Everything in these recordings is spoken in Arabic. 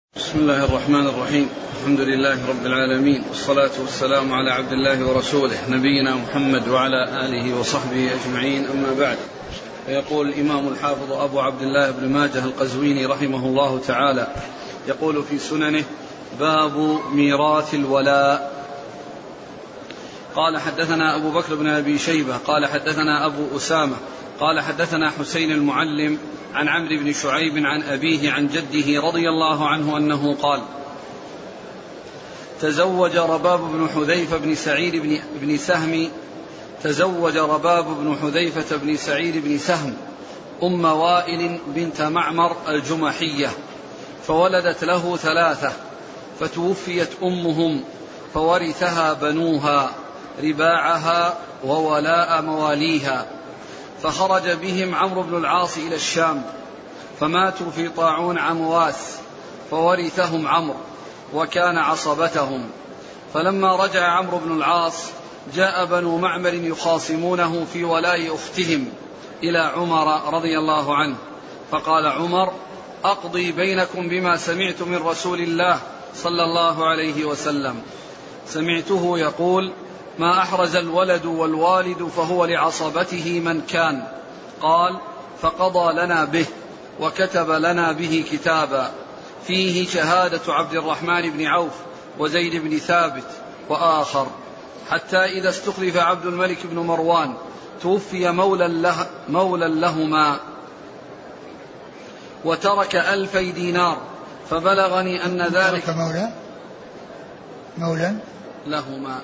بسم الله الرحمن الرحيم. الحمد لله رب العالمين، والصلاة والسلام على عبد الله ورسوله نبينا محمد وعلى آله وصحبه أجمعين، أما بعد. فيقول الإمام الحافظ أبو عبد الله بن ماجه القزويني رحمه الله تعالى، يقول في سننه: باب ميراث الولاء. قال حدثنا أبو بكر بن أبي شيبة قال حدثنا أبو أسامة قال حدثنا حسين المعلم عن عمرو بن شعيب عن أبيه عن جده رضي الله عنه أنه قال: تزوج رباب بن حذيفة بن سعيد بن سهم بن سهم أم وائل بنت معمر الجمحية، فولدت له 3، فتوفيت أمهم، فورثها بنوها رباعها وولاء مواليها، فخرج بهم عمرو بن العاص إلى الشام، فماتوا في طاعون عمواس، فورثهم عمرو وكان عصبتهم. فلما رجع عمرو بن العاص جاء بنو معمر يخاصمونه في ولاء أختهم إلى عمر رضي الله عنه، فقال عمر: أقضي بينكم بما سمعت من رسول الله صلى الله عليه وسلم. سمعته يقول: ما أحرز الولد والوالد فهو لعصبته من كان. قال: فقضى لنا به وكتب لنا به كتابا فيه شهادة عبد الرحمن بن عوف وزيد بن ثابت وآخر، حتى إذا استخلف عبد الملك بن مروان توفي مولى لهما وترك 2000 دينار، فبلغني أن ذلك مولى لهما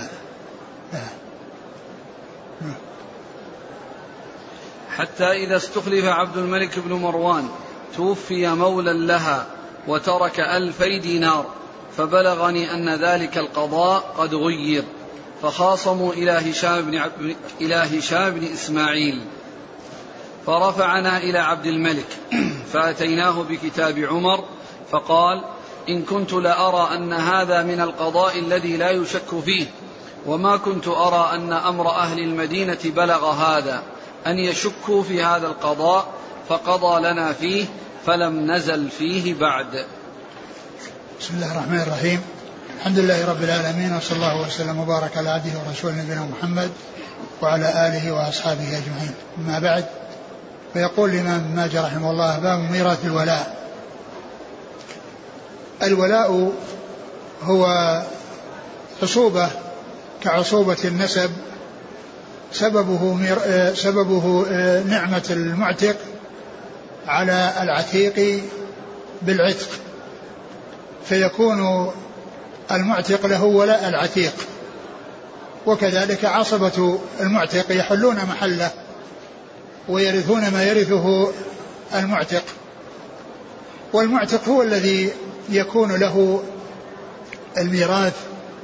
حتى إذا استخلف عبد الملك بن مروان توفي مولى لها وترك 2000 دينار، فبلغني أن ذلك القضاء قد غير، فخاصموا إلى هشام بن إسماعيل، فرفعنا إلى عبد الملك، فأتيناه بكتاب عمر، فقال: إن كنت لأرى أن هذا من القضاء الذي لا يشك فيه، وما كنت أرى أن أمر أهل المدينة بلغ هذا أن يشكوا في هذا القضاء، فقضى لنا فيه، فلم نزل فيه بعد. بسم الله الرحمن الرحيم. الحمد لله رب العالمين، وصلى الله وسلم وبارك على عبده ورسوله نبينا محمد وعلى آله وأصحابه أجمعين، أما بعد. فيقول الإمام ماجه رحمه الله: باب ميراث الولاء. الولاء هو عصوبة كعصوبة النسب، سببه نعمة المعتق على العتيق بالعتق، فيكون المعتق له ولاء العتيق، وكذلك عصبة المعتق يحلون محله ويرثون ما يرثه المعتق، والمعتق هو الذي يكون له الميراث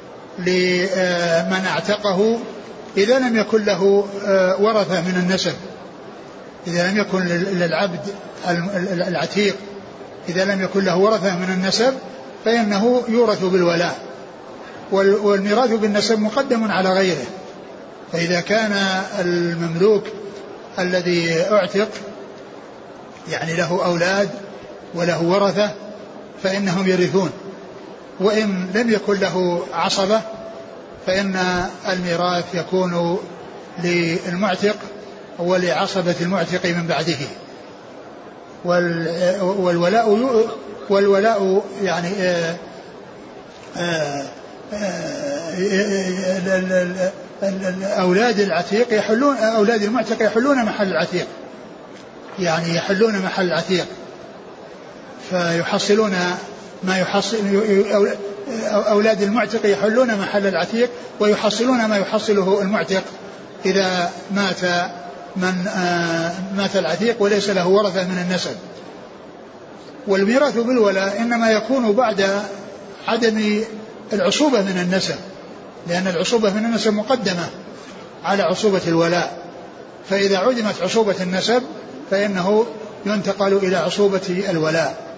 لمن اعتقه إذا لم يكن له ورثة من النسب، إذا لم يكن للعبد العتيق إذا لم يكن له ورثة من النسب فإنه يورث بالولاء، والميراث بالنسب مقدم على غيره. فإذا كان المملوك الذي اعتق يعني له أولاد وله ورثة فإنهم يرثون، وإن لم يكن له عصبة فإن الميراث يكون للمعتق ولعصبة المعتق من بعده. والولاء يعني أولاد العتيق يحلون، أولاد المعتق يحلون محل العتيق، يعني يحلون محل العتيق، فيحصلون ما يحصل، أولاد المعتق يحلون محل العتيق ويحصلون ما يحصله المعتق إذا مات العتيق وليس له ورثة من النسب. والميراث بالولاء إنما يكون بعد عدم العصوبة من النسب، لأن العصوبة من النسب مقدمة على عصوبة الولاء، فإذا عدمت عصوبة النسب فإنه ينتقل إلى عصوبة الولاء.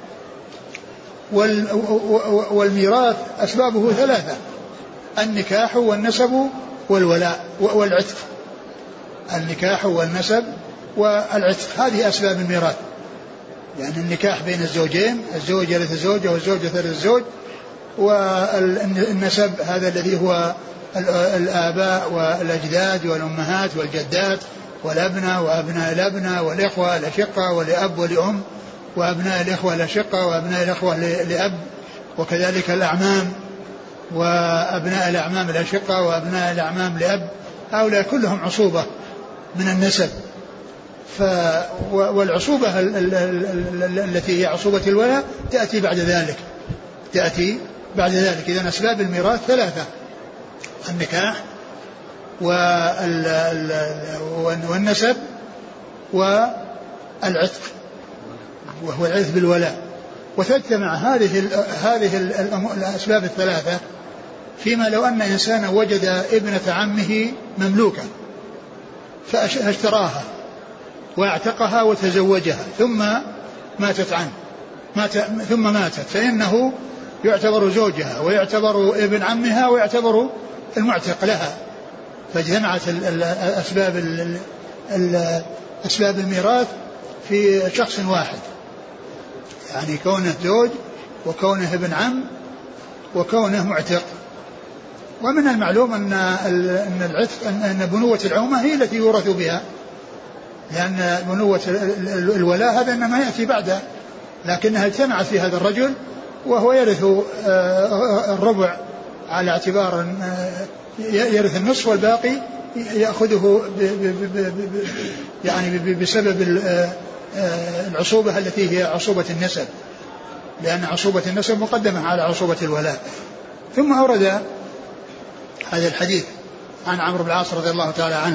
والميراث أسبابه 3: النكاح والنسب والولاء والعتق. النكاح والنسب والعتق، هذه أسباب الميراث. يعني النكاح بين الزوجين، الزوج يرث الزوجة والزوجة ترث الزوج. والنسب هذا الذي هو الآباء والأجداد والأمهات والجدات والأبناء وأبناء الأبناء والإخوة الأشقة ولأب ولأم وأبناء الإخوة الأشقة وأبناء الإخوة لأب، وكذلك الأعمام وأبناء الأعمام الأشقة وأبناء الأعمام لأب، هؤلاء كلهم عصوبة من النسب. والعصوبة التي هي عصوبة الولاء تأتي بعد ذلك. إذن أسباب الميراث ثلاثة: النكاح والنسب والعتق، وهو العتق بالولاء. وتجتمع هذه الأسباب الثلاثة فيما لو أن إنسانا وجد ابنة عمه مملوكة فاشتراها واعتقها وتزوجها ثم ماتت عنه ثم ماتت، فإنه يعتبر زوجها ويعتبر ابن عمها ويعتبر المعتق لها. فاجتمعت أسباب الميراث في شخص واحد، يعني كونه زوج وكونه ابن عم وكونه معتق. ومن المعلوم أن العتق أن بنوة العومة هي التي يورث بها، لأن بنوة الولاء هذا إنما يأتي بعده، لكنها اجتمعت في هذا الرجل وهو يرث الربع على اعتبار يرث النصف والباقي يأخذه يعني بسبب العصوبة التي هي عصوبة النسب، لأن عصوبة النسب مقدمة على عصوبة الولاء. ثم أورد هذا الحديث عن عمرو بن العاص رضي الله تعالى عنه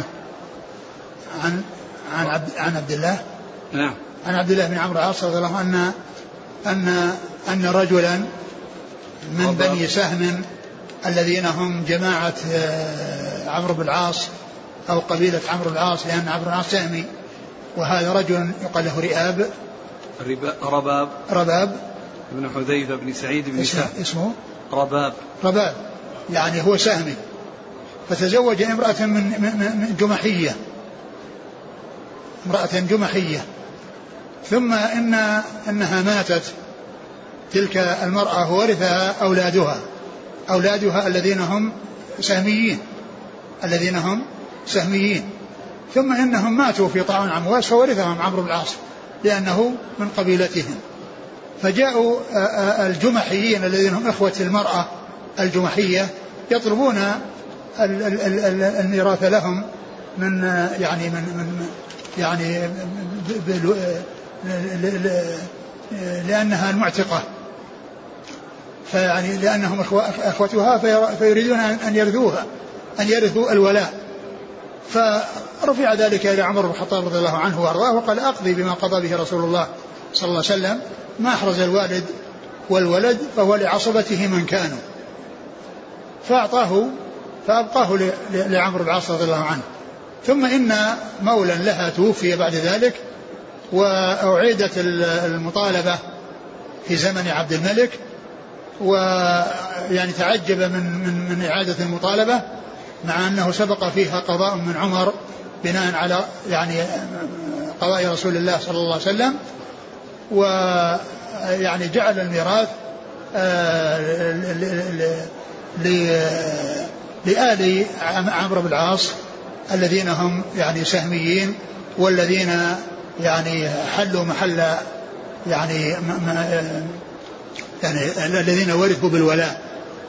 عن عبد الله نعم عن عبد الله بن عمرو بن العاص رضي الله عنه أن رجلا من بني سهم الذين هم جماعة عمرو بن العاص أو قبيلة عمرو بن العاص، لأن عمرو بن العاص سهمي، وهذا رجل يقال له رباب ابن حذيفة بن سعيد بن سهم، اسمه رباب يعني هو سهمي، فتزوج امرأة من جمحية، امرأة جمحية، ثم إنها ماتت تلك المرأة وورثها أولادها الذين هم سهميين، ثم إنهم ماتوا في طاعون عمواس فورثهم عمرو بن العاص لأنه من قبيلتهم. فجاءوا الجمحيين الذين هم إخوة المرأة الجمحية يطلبون الميراث لهم من لأنها المعتقة، فيعني لأنهم أخوتها فيريدون أن يرثوا الولاء. فرفع ذلك إلى عمر بن الخطاب رضي الله عنه وأرضاه وقال: أقضي بما قضى به رسول الله صلى الله عليه وسلم، ما أحرز الوالد والولد فهو لعصبته من كانوا، فأبقاه لعمرو بن العاص رضي الله عنه. ثم إن مولا لها توفي بعد ذلك، وأعيدت المطالبة في زمن عبد الملك، ويعني تعجب من إعادة المطالبة، مع أنه سبق فيها قضاء من عمر بناء على يعني قضاء رسول الله صلى الله عليه وسلم، ويعني جعل الميراث لآل عمرو بن العاص الذين هم يعني سهميين، والذين يعني حلوا محل يعني الذين ورثوا بالولاء،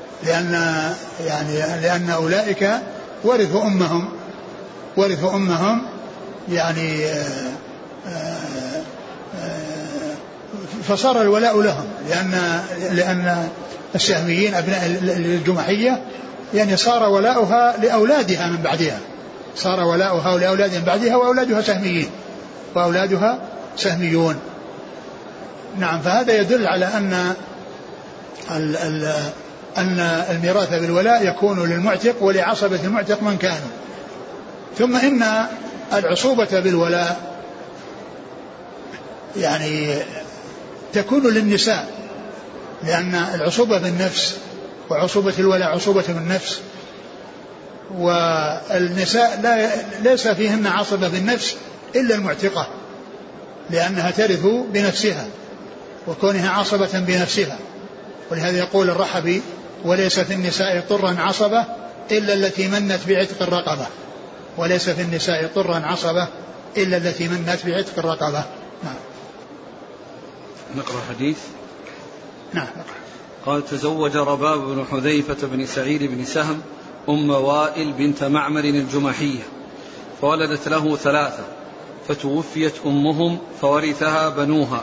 لأن أولئك ورثوا أمهم يعني فصار الولاء لهم، لأن السهميين أبناء الجمحية يعني صار ولاؤها لأولادها من بعدها، صار ولاؤها لأولادها من بعدها، وأولادها سهميون. نعم. فهذا يدل على أن الميراث بالولاء يكون للمعتق ولعصبة المعتق من كانوا. ثم إن العصوبة بالولاء يعني تكون للنساء، لأن العصوبة بالنفس وعصوبة الولاء عصوبة بالنفس، والنساء ليس فيهن عصبة بالنفس إلا المعتقة، لأنها ترث بنفسها وكونها عصبة بنفسها. ولهذا يقول الرحبي: وليس في النساء طرا عصبة إلا التي منت بعتق الرقبة. وليس في النساء طرا عصبة إلا التي منت بعتق الرقبة. نعم. نقرأ حديث. نعم. قال: تزوج رباب بن حذيفة بن سعيد بن سهم أم وائل بنت معمر الجمحية فولدت له 3 فتوفيت أمهم فورثها بنوها.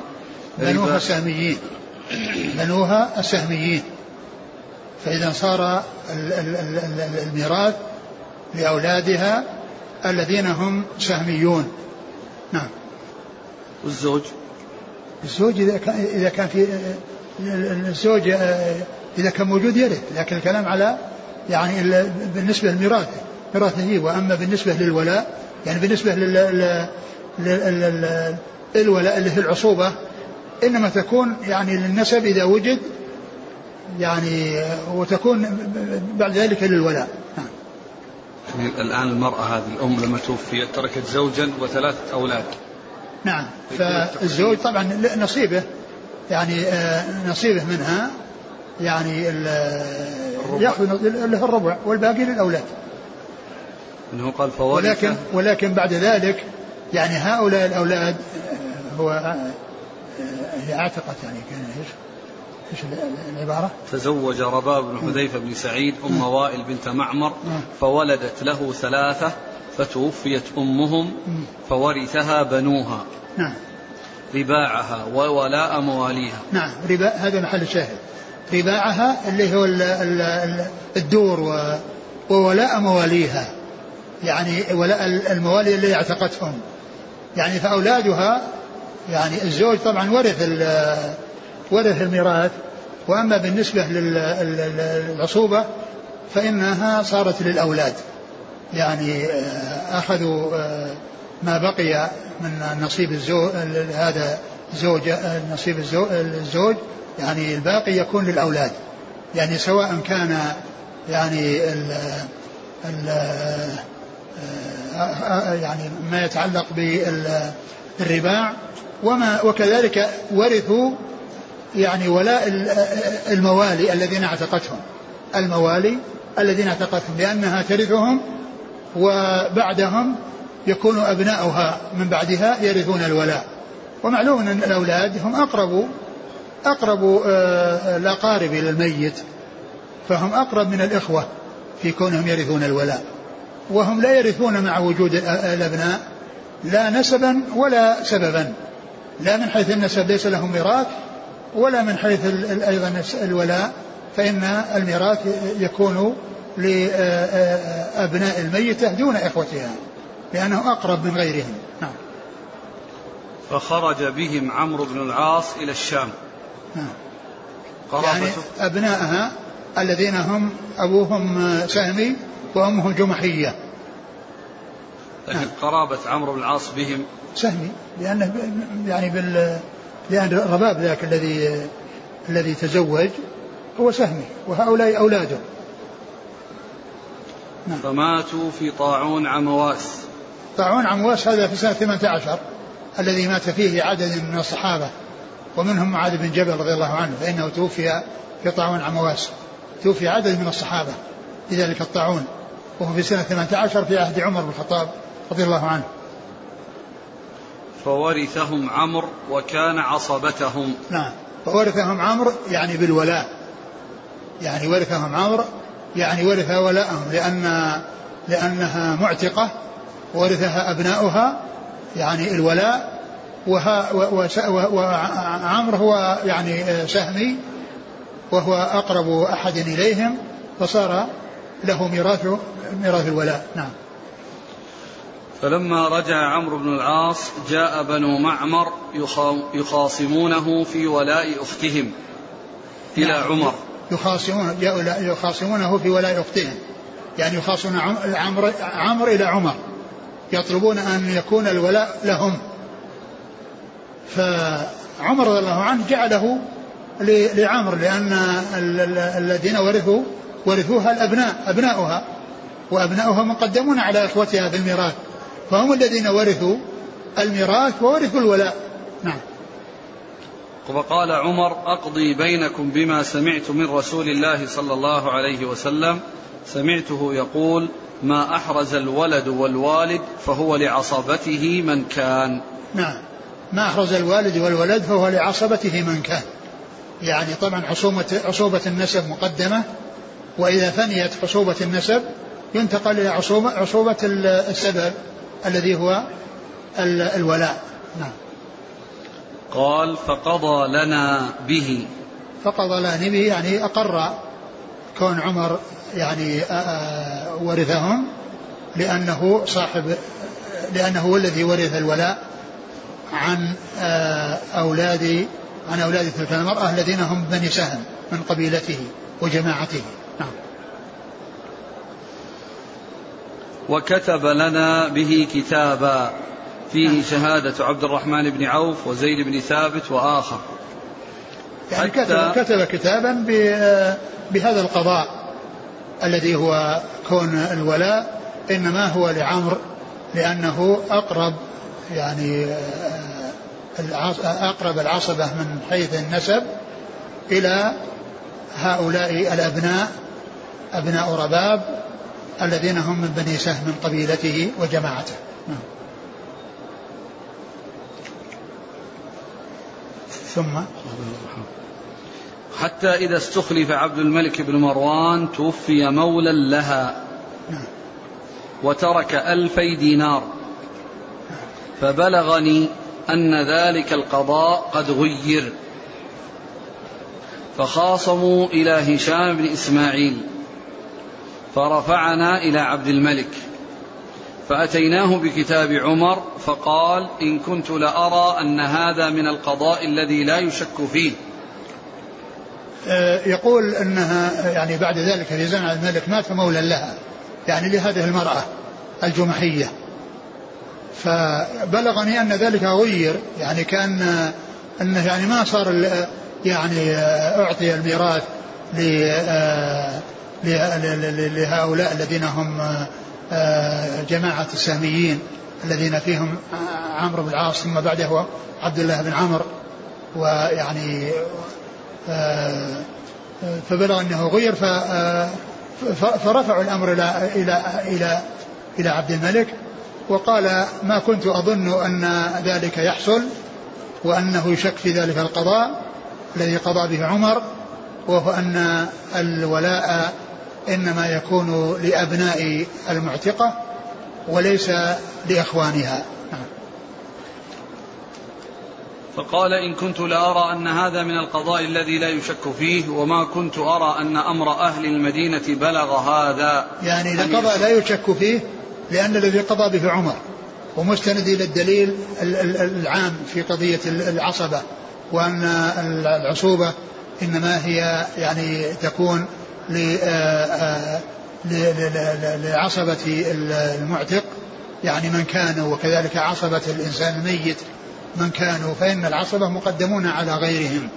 بنوها السهميين. فإذا صار الميراث لأولادها الذين هم سهميون. نعم. والزوج إذا كان في الزوج إذا كان موجود يرث، لكن الكلام على يعني بالنسبة للميراث ميراثه. وأما بالنسبة للولاء يعني بالنسبة للولاء اللي في العصوبة إنما تكون يعني للنسب إذا وجد يعني، وتكون بعد ذلك للولاء. يعني الآن المرأة هذه الأم لما توفيت تركت زوجا و3 أولاد. نعم. فالزوج طبعا نصيبه يعني نصيبه منها يعني يأخذ له الربع والباقي للأولاد. إنه قال فوارث. ولكن بعد ذلك يعني هؤلاء الأولاد هو هي اعتقت يعني كان ايش العبارة؟ تزوج رباب بن حذيفة بن سعيد أم وائل بنت معمر فولدت له 3 فتوفيت أمهم فورثها بنوها. نعم. رباعها وولاء مواليها. نعم. هذا محل الشاهد. رباعها اللي هو الدور وولاء مواليها يعني ولاء الموالي اللي اعتقتهم يعني. فأولادها يعني الزوج طبعا ورث الميراث. وأما بالنسبة للعصوبة فإنها صارت للأولاد يعني أخذوا ما بقي من نصيب الزوج هذا زوج نصيب الزوج يعني الباقي يكون للأولاد يعني سواء كان يعني يعني ما يتعلق بالرباع وكذلك ورثوا يعني ولاء الموالي الذين اعتقتهم لأنها ترثهم وبعدهم يكون أبناؤها من بعدها يرثون الولاء. ومعلوم أن الأولاد هم أقرب الأقارب إلى الميت فهم أقرب من الإخوة في كونهم يرثون الولاء. وهم لا يرثون مع وجود الأبناء لا نسبا ولا سببا، لا من حيث النسب ليس لهم ميراث ولا من حيث أيضا الولاء، فإن الميراث يكون لأبناء الميتة دون إخوتها لأنه أقرب من غيرهم. نعم. فخرج بهم عمرو بن العاص إلى الشام. نعم. يعني أبنائها الذين هم أبوهم سهمي وأمهم جمحية. لكن قرابة عمرو بن العاص بهم سهمي لأنه يعني لأن الرباب ذاك الذي تزوج هو سهمي وهؤلاء أولاده. نعم. فماتوا في طاعون عمواس. طاعون عمواس هذا في سنة 18 الذي مات فيه عدد من الصحابة ومنهم معاذ بن جبل رضي الله عنه فإنه توفي في طاعون عمواس. توفي عدد من الصحابة في ذلك الطاعون وهو في سنة 18 في عهد عمر بن الخطاب رضي الله عنه. فورثهم عمرو وكان عصبتهم. نعم. فورثهم عمرو يعني بالولاء يعني ورثهم عمرو يعني ورث ولاءهم لأنها معتقة ورثها أبناؤها يعني الولاء. وعمرو هو يعني سهمي وهو أقرب أحد إليهم فصار له ميراث الولاء. نعم. فلما رجع عمرو بن العاص جاء بنو معمر يخاصمونه في ولاء أختهم إلى عمر. يخاصمونه في ولاء أختهم يعني يخاصمون عمرو إلى عمر يطلبون أن يكون الولاء لهم. فعمر رضي الله عنه جعله لعمر لأن الذين ورثوها أبناؤها وأبناؤها مقدمون على إخوتها في الميراث فهم الذين ورثوا الميراث وورثوا الولاء نعم. وقال عمر: أقضي بينكم بما سمعت من رسول الله صلى الله عليه وسلم، سمعته يقول: ما أحرز الولد والوالد فهو لعصبته من كان. نعم، ما أحرز الوالد والولد فهو لعصبته من كان، يعني طبعا عصوبة النسب مقدمة، وإذا فنيت عصوبة النسب ينتقل إلى عصوبة السبب الذي هو الولاء. نعم. قال: فقضى لنا به. فقضى لنا به يعني أقر كون عمر يعني ورثهم، لأنه هو الذي ورث الولاء عن أولاد تلك المرأة الذين هم بني سهم من قبيلته وجماعته. نعم. وكتب لنا به كتابا فيه شهادة عبد الرحمن بن عوف وزيد بن ثابت وآخر. يعني كتب كتابا بهذا القضاء الذي هو كون الولاء إنما هو لعمر، لأنه أقرب يعني أقرب العصبة من حيث النسب إلى هؤلاء الأبناء أبناء رباب الذين هم من بني سهم من قبيلته وجماعته. ثم حتى إذا استخلف عبد الملك بن مروان توفي مولا لها وترك 2000 دينار، فبلغني أن ذلك القضاء قد غير، فخاصموا إلى هشام بن إسماعيل، فرفعنا إلى عبد الملك، فأتيناه بكتاب عمر، فقال: إن كنت لأرى أن هذا من القضاء الذي لا يشك فيه. يقول أنها يعني بعد ذلك في زمن عبد الملك مات مولا لها، يعني لهذه المرأة الجمحية، فبلغني أن ذلك غير، يعني كان أنه يعني ما صار يعني أعطي الميراث لهؤلاء الذين هم جماعة السهميين الذين فيهم عمرو بن العاص ثم بعده عبد الله بن عمرو، ويعني فبلغ أنه غير، فرفعوا الأمر إلى عبد الملك، وقال: ما كنت أظن أن ذلك يحصل وأنه يشك في ذلك القضاء الذي قضى به عمر، وهو أن الولاء إنما يكون لأبناء المعتقة وليس لإخوانها. فقال: إن كنت لأرى أن هذا من القضاء الذي لا يشك فيه، وما كنت أرى أن أمر أهل المدينة بلغ هذا. يعني القضاء لا يشك فيه لأن الذي قضى به عمر، ومستند إلى الدليل العام في قضية العصبة، وأن العصوبة إنما هي يعني تكون لعصبة المعتق يعني من كانوا، وكذلك عصبة الإنسان الميت من كانوا، فإن العصبة مقدمون على غيرهم.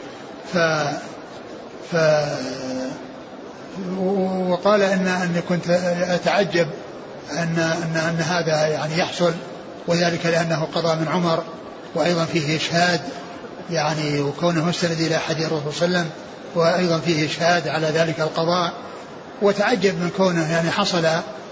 وقال أن كنت أتعجب أن هذا يعني يحصل، وذلك لأنه قضى من عمر، وأيضا فيه إشهاد يعني، وكونه مستند إلى حديث الرسول صلى الله عليه وسلم، وأيضا فيه إشهاد على ذلك القضاء، وتعجب من كونه يعني حصل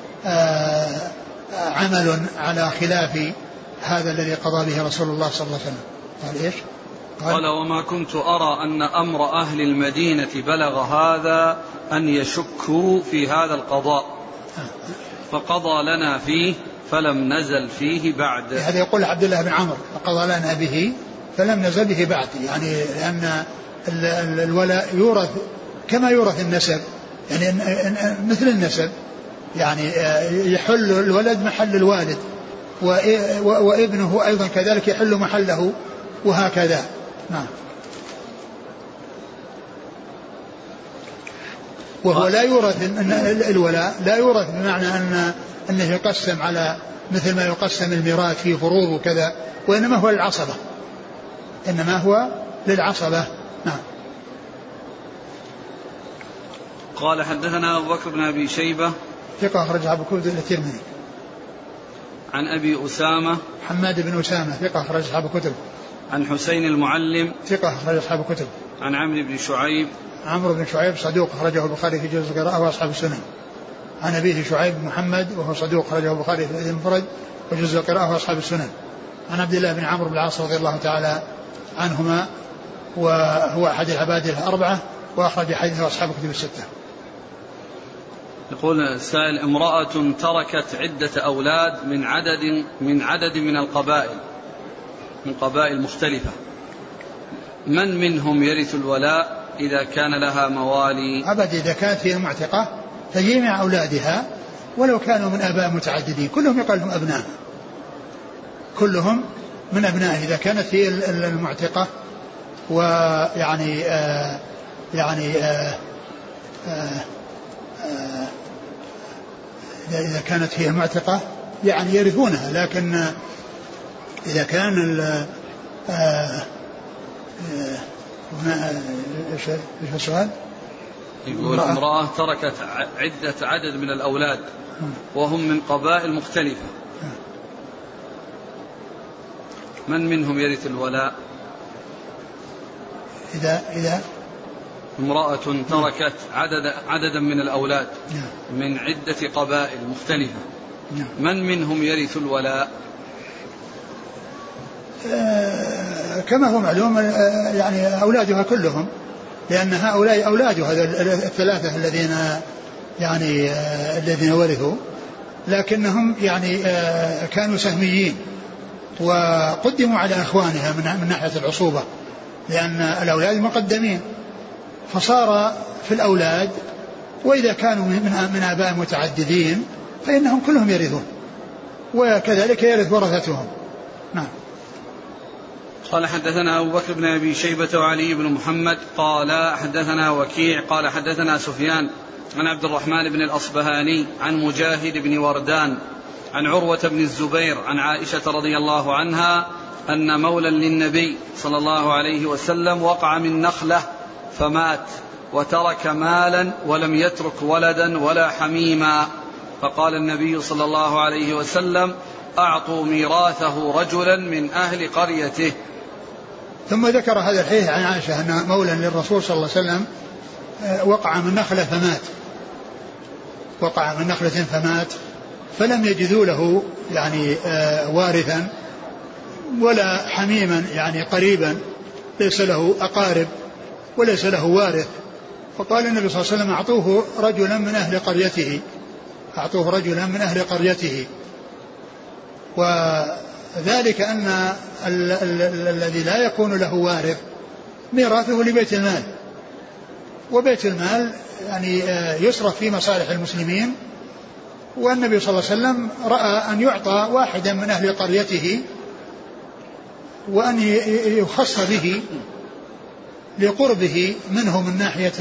عمل على خلاف هذا الذي قضى به رسول الله صلى الله عليه وسلم. قال إيش؟ قال: وما كنت أرى أن أمر أهل المدينة بلغ هذا أن يشكوا في هذا القضاء، فقضى لنا فيه فلم نزل فيه بعد. هذا يقول عبد الله بن عمرو: فقضى لنا به فلم نزل به بعد، يعني لأن الولاء يورث كما يورث النسب، يعني مثل النسب، يعني يحل الولد محل الوالد، وابنه أيضا كذلك يحل محله، وهكذا. نعم. وهو لا يورث، الولاء لا يورث بمعنى أنه يقسم على مثل ما يقسم الميراث في فروض وكذا، وإنما هو للعصبة، إنما هو للعصبة. نعم. قال: حدثنا أبو بكر بن أبي شيبة ثقة أخرج أبو كتب الترمذي. عن أبي أسامة حماد بن أسامة ثقة أخرج أصحاب كتب. عن حسين المعلم ثقة أخرج أصحاب الكتب. عن عمرو بن شعيب. عمرو بن شعيب صدوق أخرجه البخاري في جزء القراءة وأصحاب السنن. عن أبيه شعيب محمد وهو صدوق أخرجه البخاري في المفرد وجزء القراءة وأصحاب السنن. عن عبد الله بن عمرو بن العاص رضي الله تعالى عنهما وهو أحد العباد الأربعة وأخرج حديثه أصحاب الكتب الستة. يقول السائل: امرأة تركت عدة أولاد من عدد من القبائل، من قبائل مختلفة، من منهم يرث الولاء إذا كان لها موالي؟ أبدا، إذا كانت هي معتقة فجميع أولادها ولو كانوا من آباء متعددين كلهم يقال لهم أبناء، كلهم من أبنائه إذا كانت هي المعتقة. ويعني إذا كانت هي معتقة يعني يرثونها، لكن إذا كان إيش السؤال؟ يقول امرأة تركت عدد من الأولاد وهم من قبائل مختلفة، من منهم يرث الولاء؟ إذا امرأة تركت عددا من الأولاد من عدة قبائل مختلفة، من منهم يرث الولاء؟ كما هو معلوم يعني أولادها كلهم، لأن هؤلاء أولادها الثلاثة الذين ورثوا، لكنهم يعني كانوا سهميين وقدموا على أخوانها من ناحية العصوبة، لأن الأولاد مقدمين، فصار في الأولاد وإذا كانوا من آباء متعددين فإنهم كلهم يرثون، وكذلك يرث ورثتهم. نعم. قال: حدثنا أبو بكر بن أبي شيبة وعلي بن محمد قال حدثنا وكيع قال حدثنا سفيان عن عبد الرحمن بن الأصبهاني عن مجاهد بن وردان عن عروة بن الزبير عن عائشة رضي الله عنها أن مولا للنبي صلى الله عليه وسلم وقع من نخلة فمات وترك مالا ولم يترك ولدا ولا حميما، فقال النبي صلى الله عليه وسلم: أعطوا ميراثه رجلا من أهل قريته. ثم ذكر هذا الحديث عن عائشة أن مولا للرسول صلى الله عليه وسلم وقع من نخلة فمات فلم يجدوا له يعني وارثا ولا حميما يعني قريبا، ليس له أقارب وليس له وارث، فقال النبي صلى الله عليه وسلم: أعطوه رجلا من أهل قريته. وذلك أن الذي لا يكون له وارث ميراثه لبيت المال، وبيت المال يعني يصرف في مصالح المسلمين، والنبي صلى الله عليه وسلم رأى أن يعطى واحدا من أهل قريته وأن يخص به لقربه منه من ناحية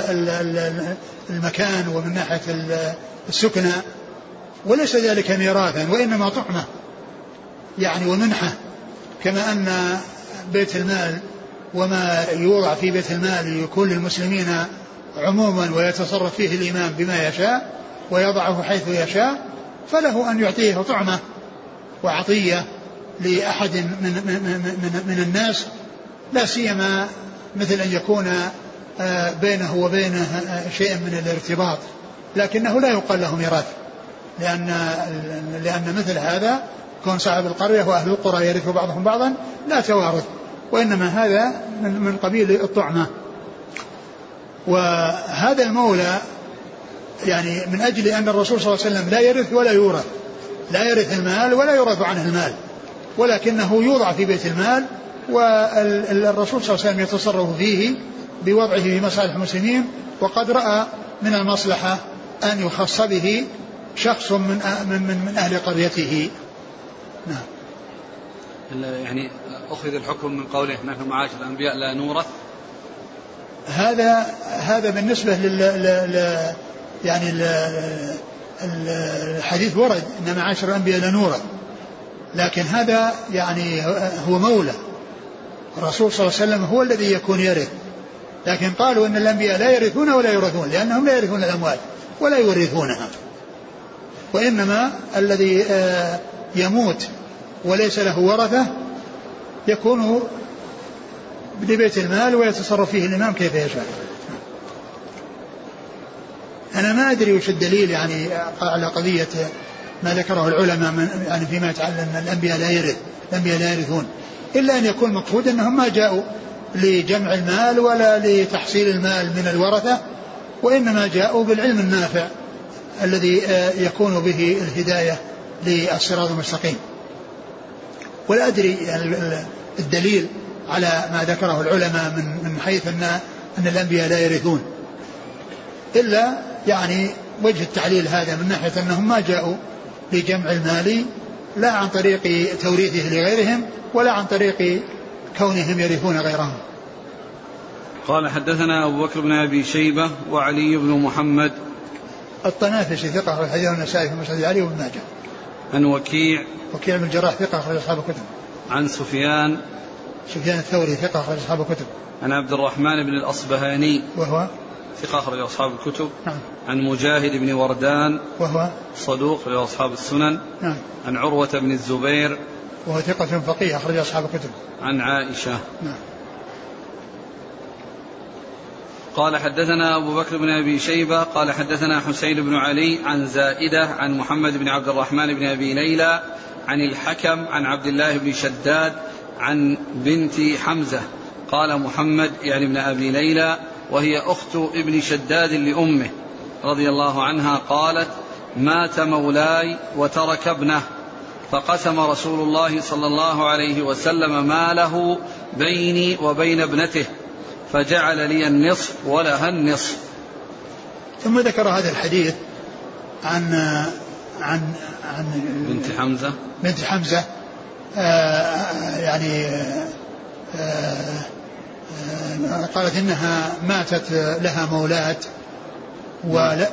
المكان ومن ناحية السكنى، وليس ذلك ميراثا وإنما طعمة يعني ومنحة، كما أن بيت المال وما يوضع في بيت المال يكون للمسلمين عموما ويتصرف فيه الإمام بما يشاء ويضعه حيث يشاء، فله أن يعطيه طعمة وعطية لأحد من الناس، لا سيما مثل أن يكون بينه وبينه شيء من الارتباط، لكنه لا يقال له ميراث، لأن مثل هذا كون صاحب القرية وأهل القرى يرثوا بعضهم بعضا لا توارث، وإنما هذا من قبيل الطعمة. وهذا المولى يعني من أجل أن الرسول صلى الله عليه وسلم لا يرث ولا يورث، لا يرث المال ولا يورث عنه المال، ولكنه يوضع في بيت المال، والرسول صلى الله عليه وسلم يتصرف فيه بوضعه في مصالح المسلمين، وقد رأى من المصلحة أن يخص به شخص من أهل قريته. نعم. يعني أخذ الحكم من قوله نحن معاشر الأنبياء لا نورث، هذا بالنسبة يعني الحديث ورد إن معاشر الأنبياء لا نورث، لكن هذا يعني هو مولى الرسول صلى الله عليه وسلم، هو الذي يكون يرث، لكن قالوا إن الأنبياء لا يرثون ولا يورثون لأنهم لا يرثون الأموال ولا يورثونها، وإنما الذي يموت وليس له ورثة يكون لبيت المال ويتصرف فيه الإمام كيف يشاء. أنا ما أدري وش الدليل يعني على قضية ما ذكره العلماء من يعني فيما يتعلق أن الأنبياء لا يرثون، إلا أن يكون مقصود أنهم ما جاءوا لجمع المال ولا لتحصيل المال من الورثة، وإنما جاءوا بالعلم النافع الذي يكون به الهداية للصراط المستقيم. ولا أدري الدليل على ما ذكره العلماء من حيث أن الأنبياء لا يرثون، إلا يعني وجه التعليل هذا من ناحية أنهم ما جاءوا لجمع المال لا عن طريق توريثه لغيرهم ولا عن طريق كونهم يرثون غيرهم. قال حدثنا أبو بكر بن أبي شيبة وعلي بن محمد الطنافسي ثقة أخرج حديثه النسائي في مسند علي وابن ماجه. عن وكيع بن الجراح ثقة أخرج أصحاب الكتب. عن سفيان الثوري ثقة أخرج أصحاب الكتب. عن عبد الرحمن بن الأصبهاني وهو ثقة أخرج أصحاب الكتب. نعم. عن مجاهد بن وردان وهو صدوق أخرج أصحاب السنن. نعم. عن عروة بن الزبير وهو ثقة فقيه أخرج أصحاب الكتب. عن عائشة. نعم. قال حدثنا أبو بكر بن أبي شيبة قال حدثنا حسين بن علي عن زائدة عن محمد بن عبد الرحمن بن أبي ليلى عن الحكم عن عبد الله بن شداد عن بنت حمزة. قال محمد يعني ابن أبي ليلى وهي أخت ابن شداد لأمه رضي الله عنها قالت مات مولاي وترك ابنه فقسم رسول الله صلى الله عليه وسلم ماله بيني وبين ابنته فجعل لي النصف ولها النصف. ثم ذكر هذا الحديث عن بنت حمزة يعني قالت إنها ماتت لها مولاة ولا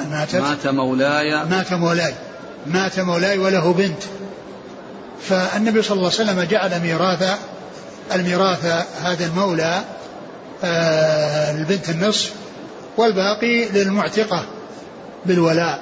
مات مولاي وله بنت، فالنبي صلى الله عليه وسلم جعل الميراث هذا المولى البنت النصف والباقي للمعتقة بالولاء،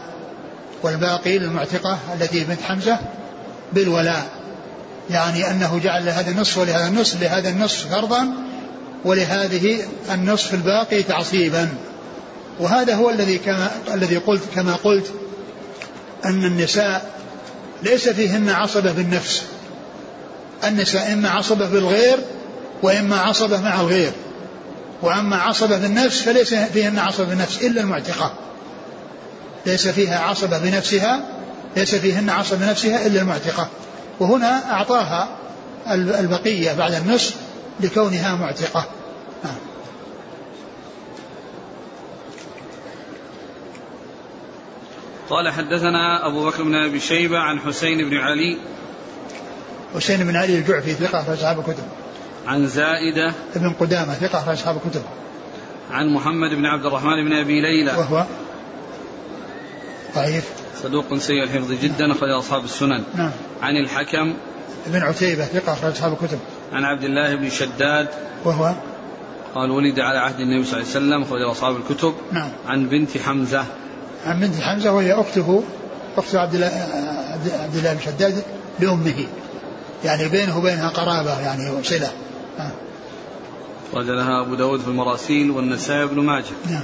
التي بنت حمزة بالولاء، يعني أنه جعل لهذا النصف ولهذا النصف، لهذا النصف فرضا ولهذه النصف الباقي تعصيبا. وهذا هو الذي قلت كما قلت أن النساء ليس فيهن عصبة بالنفس، النساء إما عصبة بالغير وإما عصبة مع الغير، وأما عصبة بالنفس فليس فيهن عصبة بالنفس إلا المعتقة، ليس فيهن عصبة بنفسها إلا المعتقة، وهنا أعطاها البقية بعد النصف لكونها معتقة. قال حدثنا أبو بكر بن أبي شيبة عن حسين بن علي الجعفي ثقة أخرج أصحاب الكتب. عن زائدة ابن قدامة ثقة أخرج أصحاب الكتب. عن محمد بن عبد الرحمن بن أبي ليلى وهو ضعيف صدوق سيء الحفظ جدا أخرج أصحاب السنن. نعم. عن الحكم ابن عتيبة ثقة أخرج أصحاب الكتب. عن عبد الله بن شداد وهو قال ولد على عهد النبي صلى الله عليه وسلم أخرج أصحاب الكتب. نعم. عن بنت حمزة وهي أخت عبد الله بن شداد لأمه، يعني بينه وبينها قرابة يعني وصلة. رجلها أبو داود في المراسيل والنسائي بن ماجه. نعم.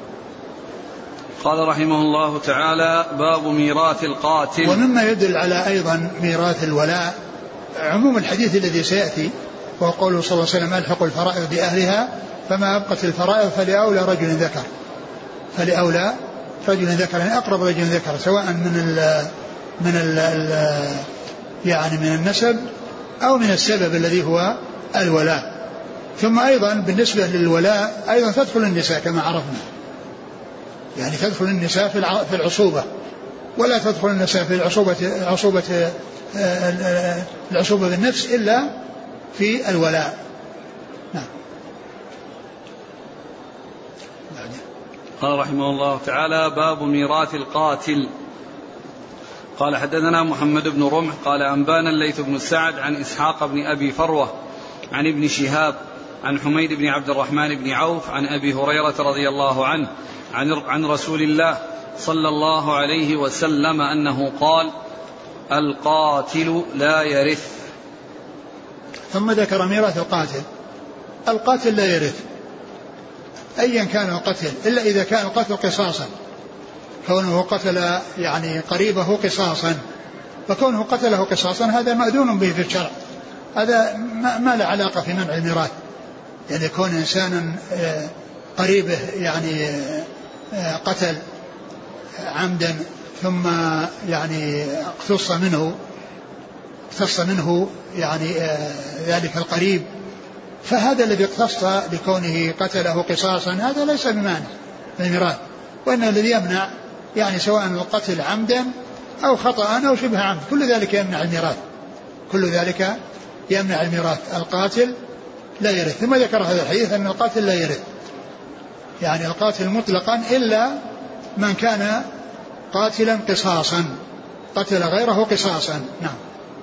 قال رحمه الله تعالى باب ميراث القاتل. ومما يدل على أيضا ميراث الولاء عموم الحديث الذي سيأتي، وهو قوله صلى الله عليه وسلم ألحق الفرائض بأهلها فما أبقت الفرائض فلأولى رجل ذكر يعني أقرب رجل ذكر، سواء من النسب أو من السبب الذي هو الولاء. ثم أيضا بالنسبة للولاء أيضا تدخل النساء كما عرفنا، يعني تدخل النساء في العصوبة، ولا تدخل النساء في العصوبة بالنفس إلا في الولاء. نعم. قال رحمه الله تعالى باب ميراث القاتل. قال حدثنا محمد بن رمح قال أنبانا الليث بن سعد عن إسحاق بن أبي فروة عن ابن شهاب عن حميد بن عبد الرحمن بن عوف عن أبي هريرة رضي الله عنه عن رسول الله صلى الله عليه وسلم أنه قال القاتل لا يرث. ثم ذكر ميراث القاتل القاتل لا يرث أيا كان القتل، إلا إذا كان القتل قصاصا، كونه قتل يعني قريبه قصاصا، فكونه قتله قصاصا هذا مأذون به في الشرع، هذا ما له علاقة في منع الميراث. يعني كون إنسانا قريبه يعني قتل عمدا ثم يعني اقتص منه يعني ذلك القريب، فهذا الذي اقتص بكونه قتله قصاصا هذا ليس بمانع من الميراث. وإن الذي يمنع يعني سواء القتل عمدا أو خطأ أو شبه عمد كل ذلك يمنع الميراث، كل ذلك يمنع الميراث. القاتل لا يرث. ثم ذكر هذا الحديث أن القاتل لا يرث، يعني القاتل مطلقا إلا من كان قاتلا قصاصا، قتل غيره قصاصا. نعم.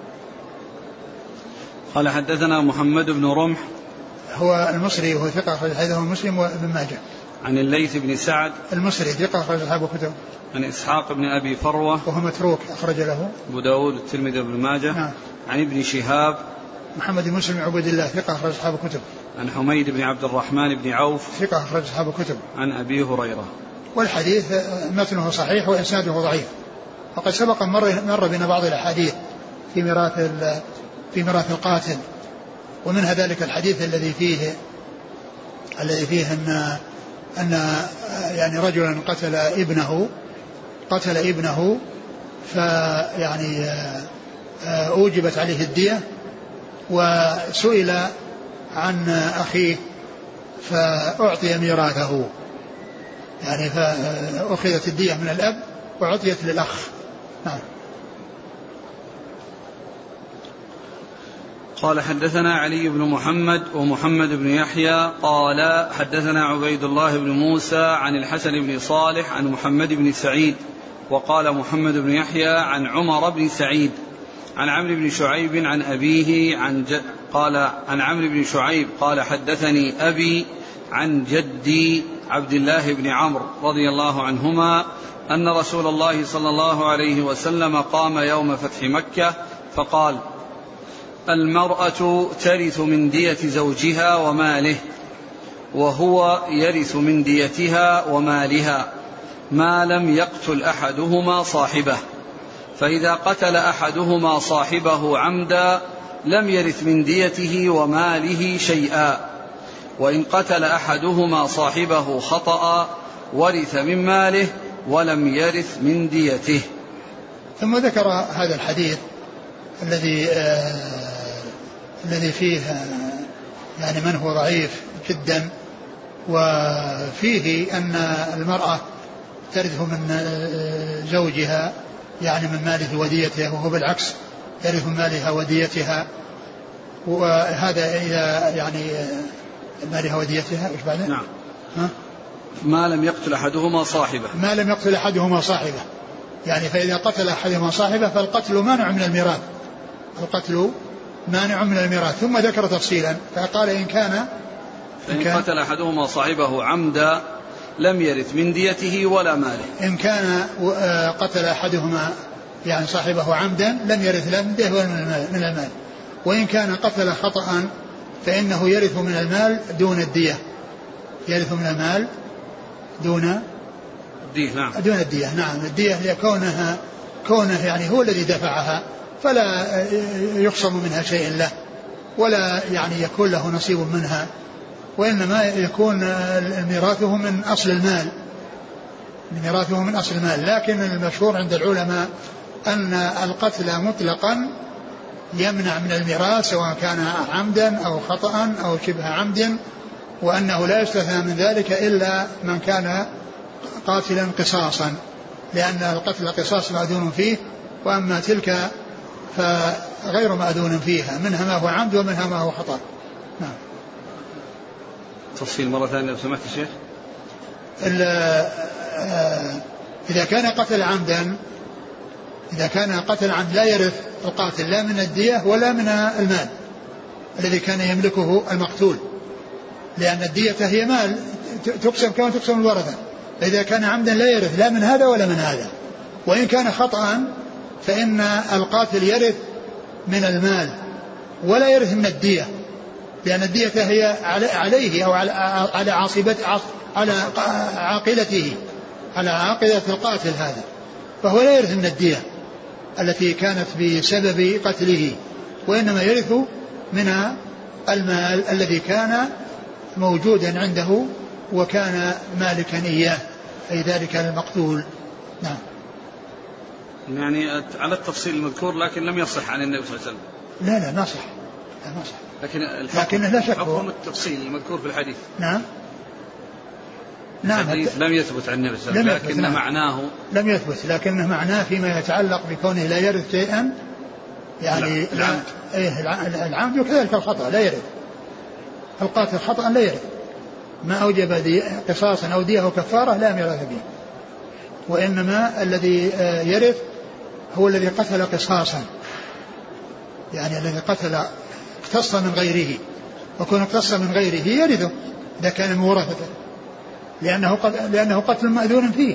قال حدثنا محمد بن رمح هو المصري وهو ثقة أخرج حديثه مسلم وابن ماجه. عن الليث بن سعد المصري ثقة أخرج أصحاب الكتب. عن إسحاق بن أبي فروة وهو متروك أخرج له أبو داود الترمذي وابن ماجه. نعم. عن ابن شهاب محمد بن مسلم عبد الله ثقة أخرج أصحاب الكتب. عن حميد بن عبد الرحمن بن عوف ثقة أخرج أصحاب الكتب. عن أبي هريرة. والحديث متنه صحيح وإسناده ضعيف، وقد سبق مر بنا بعض الأحاديث في ميراث القاتل، ومنها ذلك الحديث الذي فيه أن يعني رجلا قتل ابنه فيعني أوجبت عليه الدية، وسئل عن أخيه فأعطي ميراثه، يعني فأخذت الدية من الأب وعطيت للأخ. نعم. قال حدثنا علي بن محمد ومحمد بن يحيى قال حدثنا عبيد الله بن موسى عن الحسن بن صالح عن محمد بن سعيد، وقال محمد بن يحيى عن عمر بن سعيد عن عمرو بن شعيب عن أبيه قال عن عمرو بن شعيب قال حدثني أبي عن جدي عبد الله بن عمرو رضي الله عنهما أن رسول الله صلى الله عليه وسلم قام يوم فتح مكة فقال: المرأة ترث من دية زوجها وماله، وهو يرث من ديتها ومالها ما لم يقتل أحدهما صاحبه، فإذا قتل أحدهما صاحبه عمدا لم يرث من ديته وماله شيئا، وإن قتل أحدهما صاحبه خطأ ورث من ماله ولم يرث من ديته. ثم ذكر هذا الحديث الذي فيه يعني من هو ضعيف جدا، وفيه أن المرأة ترث من زوجها يعني من ماله وديته، وهو بالعكس يرث من مالها وديتها، وهذا إذا يعني مالها وديتها إيش بعد؟ نعم. ما لم يقتل أحدهما صاحبه، ما لم يقتل أحدهما صاحبه، يعني فإذا قتل أحدهما صاحبه فالقتل مانع من الميراث، القتل مانع من الميراث. ثم ذكر تفصيلا فقال إن قتل أحدهما صاحبه عمدا لم يرث من ديته ولا ماله. إن كان قتل أحدهما يعني صاحبه عمدا لم يرث لا من ديته ولا من المال، وإن كان قتل خطأ فإنه يرث من المال دون الدية، يرث من المال دون الدية. نعم. الدية هي كونه يعني هو الذي دفعها، فلا يخصم منها شيء له ولا يعني يكون له نصيب منها، وإنما يكون ميراثه من أصل المال. لكن المشهور عند العلماء أن القتل مطلقا يمنع من الميراث سواء كان عمدا أو خطأ أو شبه عمد، وأنه لا يستثنى من ذلك إلا من كان قاتلا قصاصا، لأن القتل قصاص مأذون فيه، وأما تلك فغير مأذون فيها، منها ما هو عمد ومنها ما هو خطأ. نعم. تفصيل مرة ثانية لو سمحت الشيخ. إذا كان قتل عمد لا يرث القاتل لا من الدية ولا من المال الذي كان يملكه المقتول، لأن الدية هي مال تقسم كما تقسم الورثة، فإذا كان عمدا لا يرث لا من هذا ولا من هذا. وإن كان خطأ فإن القاتل يرث من المال ولا يرث من الدية، لأن الدية هي عليه أو على على عاقلته، على عاقلة القاتل هذا، فهو لا يرث من الدية التي كانت بسبب قتله، وإنما يرث من المال الذي كان موجودا عنده وكان مالكا إياه، أي ذلك المقتول. نعم. يعني على التفصيل المذكور، لكن لم يصح عن النبي صلى الله عليه وسلم. لا ما صح، لا ما صح. لكن لا شك حكم التفصيل المذكور في الحديث. نعم. الحديث لم يثبت عن النبي صلى الله عليه وسلم، لكن معناه لم يثبت، لكنه معناه فيما يتعلق بكونه لا يرث شيئا، يعني العمد وكذلك الخطأ لا يرث، القاتل خطأ لا يرث، ما أوجب قصاصا أو دية أو كفارة لا يرث به، وإنما الذي يرث هو الذي قتل قصاصا، يعني الذي قتل اقتص من غيره، وكون اقتص من غيره يرثه إذا كان من ورثته، لأنه قتل مأذون فيه.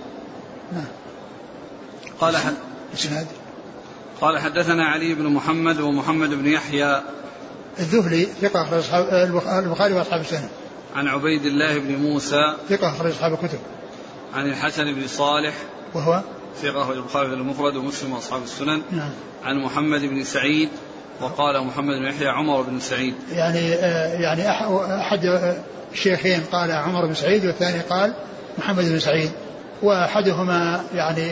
قال حدثنا علي بن محمد ومحمد بن يحيى الذهلي ثقة البخاري وأصحاب السنة. عن عبيد الله بن موسى ثقة أخرج أصحاب الكتب. عن الحسن بن صالح وهو ثقة أخرج البخاري المفرد ومسلم وأصحاب السنن. عن محمد بن سعيد، وقال محمد بن يحيى عمر بن سعيد، يعني أحد الشيخين قال عمر بن سعيد والثاني قال محمد بن سعيد، وأحدهما يعني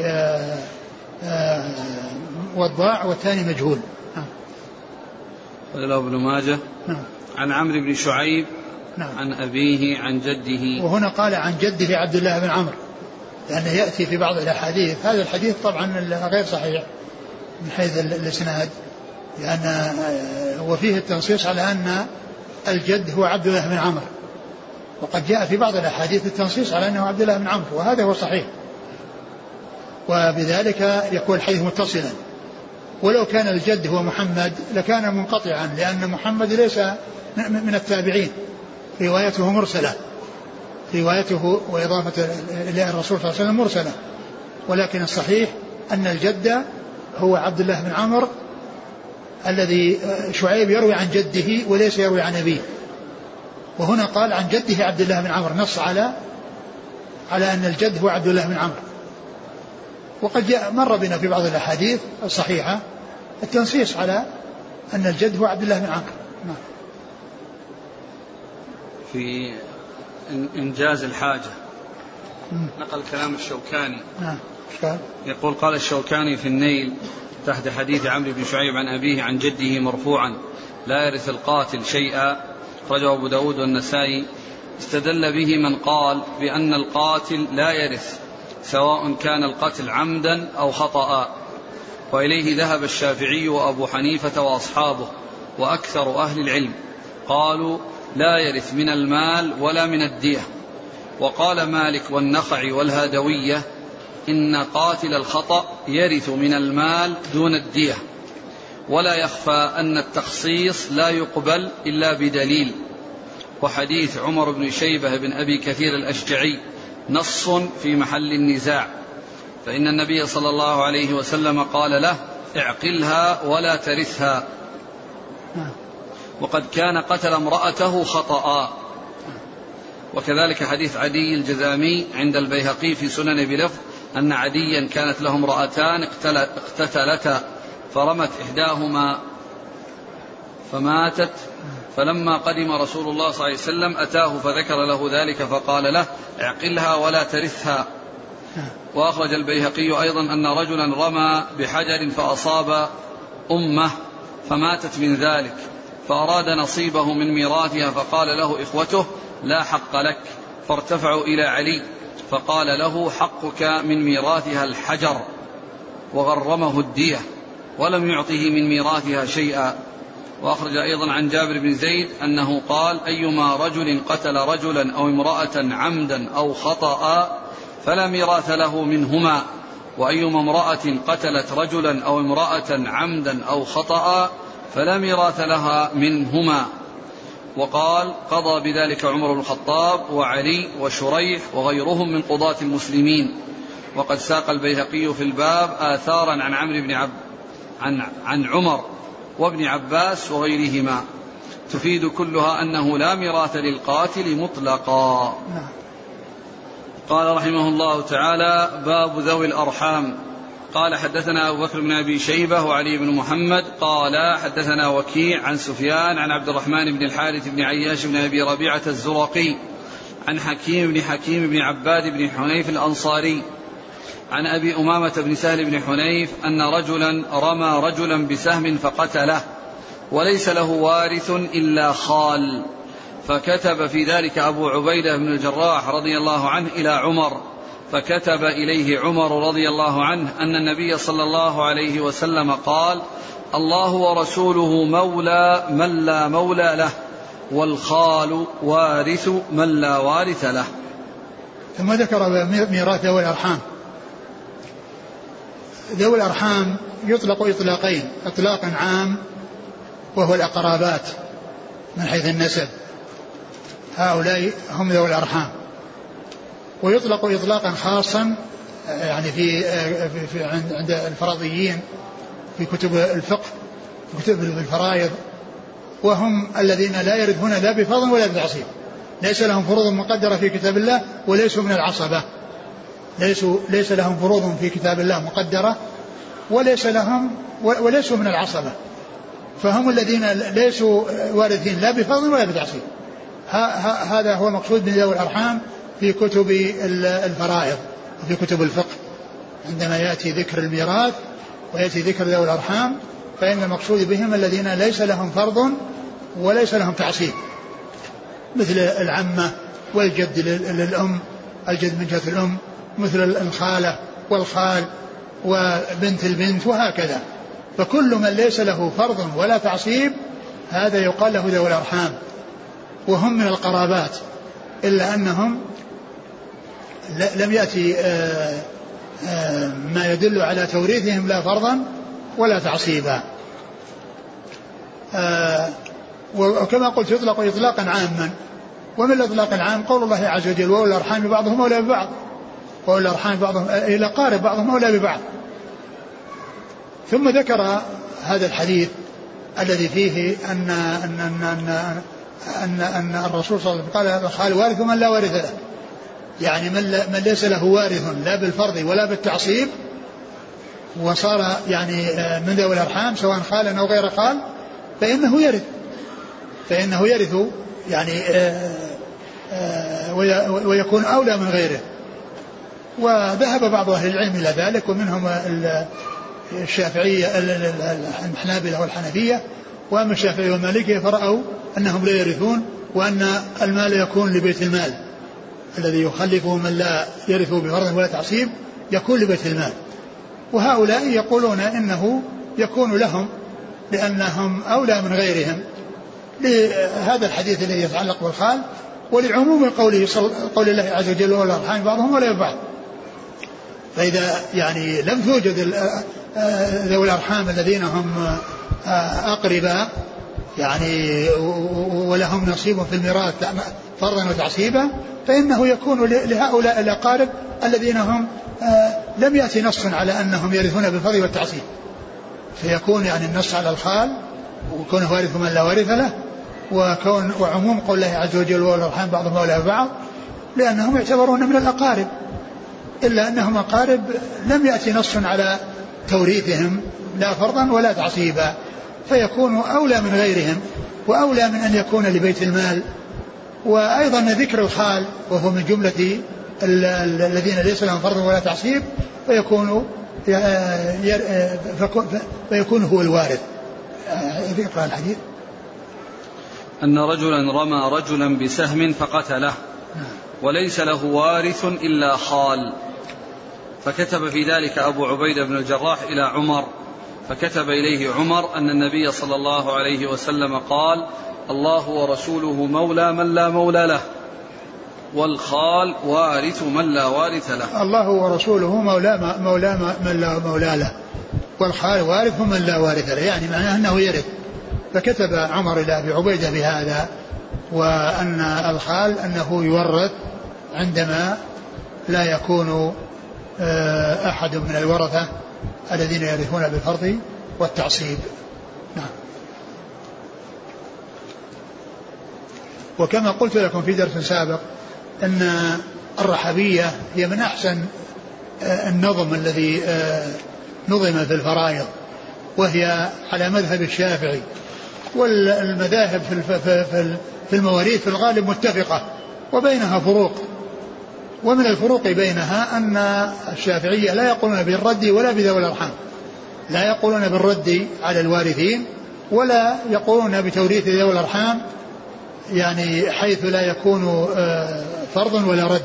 وضاع والثاني مجهول. قال له ابن ماجه. عن عمرو بن شعيب عن أبيه عن جده. وهنا قال عن جده عبد الله بن عمرو، لأنه يأتي في بعض الأحاديث، هذا الحديث طبعا غير صحيح من حيث الإسناد، لأن وفيه التنصيص على أن الجد هو عبد الله بن عمرو، وقد جاء في بعض الأحاديث التنصيص على أنه عبد الله بن عمرو، وهذا هو صحيح، وبذلك يكون الحديث متصلا. ولو كان الجد هو محمد لكان منقطعا، لأن محمد ليس من التابعين، روايته مرسلة، روايته وإضافة إلى الرسول صلى الله عليه وسلم مرسلة، ولكن الصحيح أن الجد هو عبد الله بن عمرو الذي شعيب يروي عن جده وليس يروي عن أبيه، وهنا قال عن جده عبد الله بن عمرو، نص على أن الجد هو عبد الله بن عمرو. وقد جاء مر بنا في بعض الأحاديث الصحيحة التنصيص على أن الجد هو عبد الله بن عمرو. في إنجاز الحاجة نقل كلام الشوكاني. يقول قال الشوكاني في النيل تحت حديث عمرو بن شعيب عن أبيه عن جده مرفوعا: لا يرث القاتل شيئا، أخرجه أبو داود والنسائي. استدل به من قال بأن القاتل لا يرث سواء كان القتل عمدا أو خطأ، وإليه ذهب الشافعي وأبو حنيفة وأصحابه وأكثر أهل العلم، قالوا لا يرث من المال ولا من الدية. وقال مالك والنخعي والهادوية إن قاتل الخطأ يرث من المال دون الدية، ولا يخفى أن التخصيص لا يقبل إلا بدليل. وحديث عمر بن شيبة بن أبي كثير الأشجعي نص في محل النزاع، فإن النبي صلى الله عليه وسلم قال له: اعقلها ولا ترثها. وقد كان قتل امرأته خطأ. وكذلك حديث عدي الجذامي عند البيهقي في سنن بلفظ أن عديا كانت له امرأتان اقتتلتا، فرمت إحداهما فماتت، فلما قدم رسول الله صلى الله عليه وسلم أتاه فذكر له ذلك فقال له: اعقلها ولا ترثها. وأخرج البيهقي أيضا أن رجلا رمى بحجر فأصاب أمه فماتت من ذلك، فأراد نصيبه من ميراثها، فقال له إخوته: لا حق لك، فارتفعوا إلى علي فقال له: حقك من ميراثها الحجر، وغرمه الدية ولم يعطه من ميراثها شيئا. وأخرج أيضا عن جابر بن زيد أنه قال: أيما رجل قتل رجلا أو امرأة عمدا أو خطأ فلا ميراث له منهما، وأيما امرأة قتلت رجلا أو امرأة عمدا أو خطأ فلا ميراث لها منهما. وقال: قضى بذلك عمر بن الخطاب وعلي وشريح وغيرهم من قضاة المسلمين. وقد ساق البيهقي في الباب آثارا عن عمرو بن عن عمر وابن عباس وغيرهما تفيد كلها أنه لا ميراث للقاتل مطلقا. قال رحمه الله تعالى: باب ذوي الأرحام. قال: حدثنا أبو بكر بن أبي شيبة وعلي بن محمد قال: حدثنا وكيع عن سفيان عن عبد الرحمن بن الحارث بن عياش بن أبي ربيعة الزرقي عن حكيم بن عباد بن حنيف الأنصاري عن أبي أمامة بن سهل بن حنيف أن رجلا رمى رجلا بسهم فقتله وليس له وارث إلا خال، فكتب في ذلك أبو عبيدة بن الجراح رضي الله عنه إلى عمر، فكتب إليه عمر رضي الله عنه أن النبي صلى الله عليه وسلم قال: الله ورسوله مولى من لا مولى له، والخال وارث من لا وارث له. ثم ذكر ميراث ذوي الأرحام. ذوي الأرحام يطلق إطلاقين: إطلاق عام وهو الأقرابات من حيث النسب، هؤلاء هم ذوي الأرحام، ويطلق إطلاقا خاصا يعني في عند الفرضيين في كتب الفقه، كتب الفرائض، وهم الذين لا يرثون لا بفضل ولا بتعصيب، ليس لهم فروض مقدرة في كتاب الله وليسوا من العصبة، ليس لهم فروض في كتاب الله مقدرة وليسوا من العصبة، فهم الذين ليسوا وارثين لا بفضل ولا بتعصيب. هذا هو المقصود من ذوي الأرحام في كتب الفرائض وفي كتب الفقه. عندما يأتي ذكر الميراث ويأتي ذكر ذوي الأرحام فإن المقصود بهم الذين ليس لهم فرض وليس لهم تعصيب، مثل العمة والجد للأم، الجد من جهة الأم، مثل الخالة والخال وبنت البنت وهكذا. فكل من ليس له فرض ولا تعصيب هذا يقال له ذوي الأرحام، وهم من القرابات، إلا أنهم لم يأتي ما يدل على توريثهم لا فرضا ولا تعصيبا. وكما قلت يطلق إطلاقا عاما، ومن الإطلاق العام قول الله عز وجل: وأولي الأرحام بعضهم أولى ببعض، وأولي الأرحام بعضهم إلى قارب بعضهم أولى ببعض. ثم ذكر هذا الحديث الذي فيه أن الرسول صلى الله عليه وسلم قال: الخال وارث من لا وارث له، يعني من ليس له وارث لا بالفرض ولا بالتعصيب وصار يعني من ذوي الأرحام سواء خالا أو غير خال فإنه يرث يعني ويكون أولى من غيره. وذهب بعض أهل العلم إلى ذلك، ومنهم الشافعية الحنابلة والحنفية، وأما الشافعية والمالكية فرأوا أنهم لا يرثون، وأن المال يكون لبيت المال الذي يخلفه من لا يرثه بفرض ولا تعصيب يكون لبيت المال. وهؤلاء يقولون إنه يكون لهم لأنهم أولى من غيرهم لهذا الحديث الذي يتعلق بالخال، ولعموم قول الله عز وجل: وأولي الأرحام بعضهم أولى ببعض. فإذا يعني لم توجد ذوي الأرحام الذين هم أقرباء يعني ولهم نصيب في الميراث فرضا وتعصيبا، فإنه يكون لهؤلاء الأقارب الذين هم لم يأتي نص على أنهم يرثون بالفضل والتعصيب، فيكون يعني النص على الخال وكونه وارث من لا وارث له، وعموم قول الله عز وجل: وأولي الأرحام بعضهم أولى ببعض، لأنهم يعتبرون من الأقارب، إلا أنهم أقارب لم يأتي نص على توريثهم لا فرضا ولا تعصيبا، فيكونوا أولى من غيرهم وأولى من أن يكون لبيت المال. وأيضا ذكر الخال وهو من جملة الذين ليس لهم فرض ولا تعصيب فيكون هو الوارث. اقرأ الحديث. أن رجلا رمى رجلا بسهم فقتله وليس له وارث إلا خال، فكتب في ذلك أبو عبيدة بن الجراح إلى عمر، فكتب إليه عمر أن النبي صلى الله عليه وسلم قال: الله ورسوله مولى من لا مولى له، والخال وارث من لا وارث له. الله ورسوله مولى من لا مولى له، والخال وارث من لا وارث له، يعني معناه أنه يرث. فكتب عمر إلى أبي عبيدة بهذا، وأن الخال أنه يورث عندما لا يكون أحد من الورثة الذين يرثون بالفرض والتعصيب. نعم. وكما قلت لكم في درس سابق أن الرحبية هي من أحسن النظم الذي نظم في الفرائض، وهي على مذهب الشافعي، والمذاهب في المواريث في الغالب متفقة وبينها فروق، ومن الفروق بينها أن الشافعية لا يقولون بالرد ولا بذوي الأرحام، لا يقولون بالرد على الوارثين ولا يقولون بتوريث ذوي الأرحام، يعني حيث لا يكون فرض ولا رد.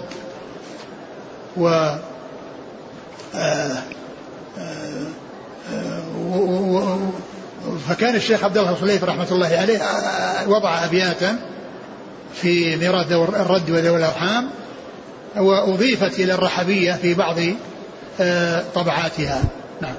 فكان الشيخ عبد الله الخليفي رحمة الله عليه وضع أبياتا في ميراث الرد وذوي الأرحام، وأضيفت إلى الرحبية في بعض طبعاتها. نعم.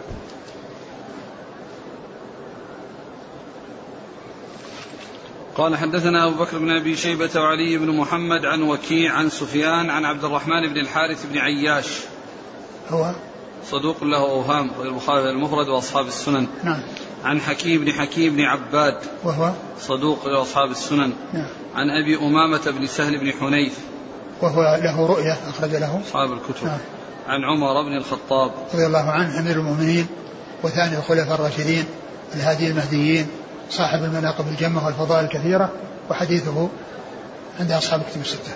قال حدثنا أبو بكر بن أبي شيبة وعلي بن محمد عن وكيع عن سفيان عن عبد الرحمن بن الحارث بن عياش، هو صدوق له أوهام، البخاري المفرد وأصحاب السنن. نعم. عن حكيم بن عباد، وهو صدوق له أصحاب السنن. نعم. عن أبي أمامة بن سهل بن حنيف، وهو له رؤية أخرج له أصحاب الكتب. نعم. عن عمر بن الخطاب رضي الله عنه أمير المؤمنين وثاني الخلفاء الراشدين الهادي المهديين صاحب المناقب الجمة والفضائل الكثيرة، وحديثه عند أصحاب الكتب الستة.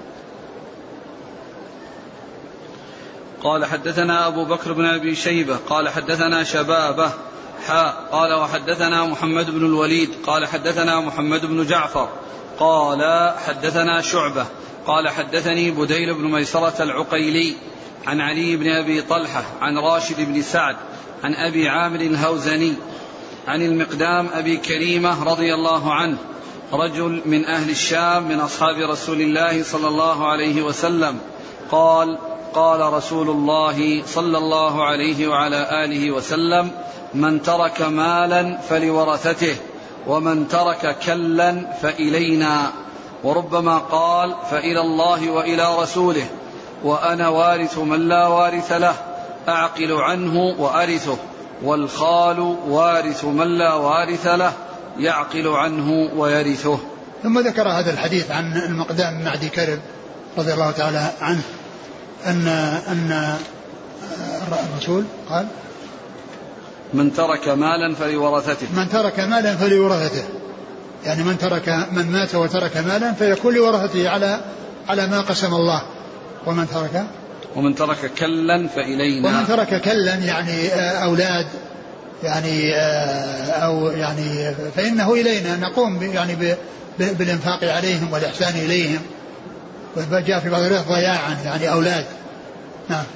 قال حدثنا أبو بكر بن أبي شيبة قال حدثنا شبابة قال وحدثنا محمد بن الوليد قال حدثنا محمد بن جعفر قال حدثنا شعبة قال حدثني بديل بن ميسرة العقيلي عن علي بن أبي طلحة عن راشد بن سعد عن أبي عامر الهوزني عن المقدام أبي كريمة رضي الله عنه رجل من أهل الشام من أصحاب رسول الله صلى الله عليه وسلم قال قال رسول الله صلى الله عليه وعلى آله وسلم من ترك مالا فلورثته ومن ترك كلا فإلينا، وربما قال فإلى الله وإلى رسوله، وأنا وارث من لا وارث له أعقل عنه وأرثه، والخال وارث من لا وارث له يعقل عنه ويرثه. ثم ذكر هذا الحديث عن المقدام بن معدي كرب رضي الله تعالى عنه أن الرسول قال من ترك مالا فلورثته، من ترك مالا فلورثته، يعني من مات وترك مالا فيكون لورثته على ما قسم الله. ومن ترك كلا فإلينا، ومن ترك كلا يعني أولاد يعني أو يعني فإنه إلينا نقوم يعني بالإنفاق عليهم والإحسان إليهم، وجاء في بعض الروايات ضياعا يعني أولاد. نعم.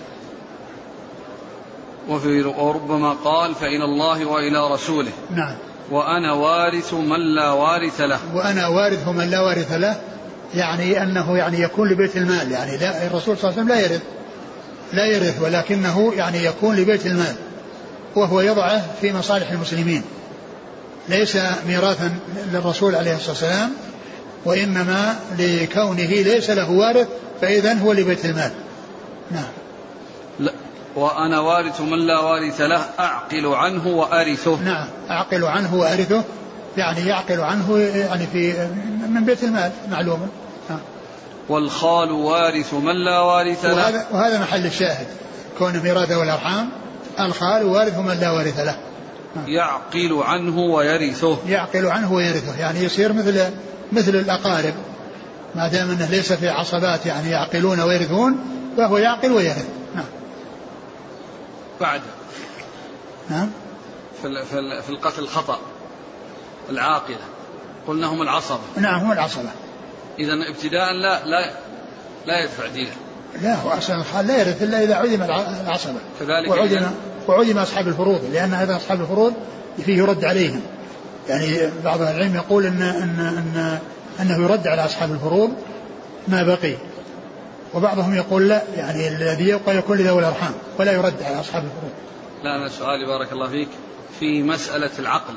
وربما قال فإلى الله وإلى رسوله. نعم. وأنا وارث من لا وارث له، وأنا وارث من لا وارث له، يعني أنه يعني يكون لبيت المال، يعني لا الرسول صلى الله عليه وسلم لا يرث ولكنه يعني يكون لبيت المال، وهو يضعه في مصالح المسلمين، ليس ميراثا للرسول عليه الصلاة والسلام، وإنما لكونه ليس له وارث فإذن هو لبيت المال. نعم. لا. وأنا وارث من لا وارث له أعقل عنه وأرثه. نعم، أعقل عنه وأرثه، يعني يعقل عنه يعني في من بيت المال معلوم. والخال وارث من لا وارث له، وهذا محل الشاهد، كونه ميراث والأرحام، الخال وارث من لا وارث له. يعقل عنه ويرثه، يعقل عنه ويرثه، يعني يصير مثل الأقارب، ما دام أنه ليس في عصبات يعني يعقلون ويرثون، فهو يعقل ويرث. نعم. بعد. نعم. في القتل الخطأ العاقلة قلنا هم العصبة. نعم، هم العصبة. إذن ابتداء لا يدفع دية. لا، هو أصلا الخال لا يرث إلا إذا عدم العصبة، كذلك وعدم أصحاب الفروض، لأن هذا أصحاب الفروض فيه يرد عليهم، يعني بعض العلم يقول أنه يرد على أصحاب الفروض ما بقي، وبعضهم يقول لا، يعني الذي يبقى يكون لذوي الأرحام ولا يرد على أصحاب الفروض. لا، أنا سؤالي بارك الله فيك في مسألة العقل،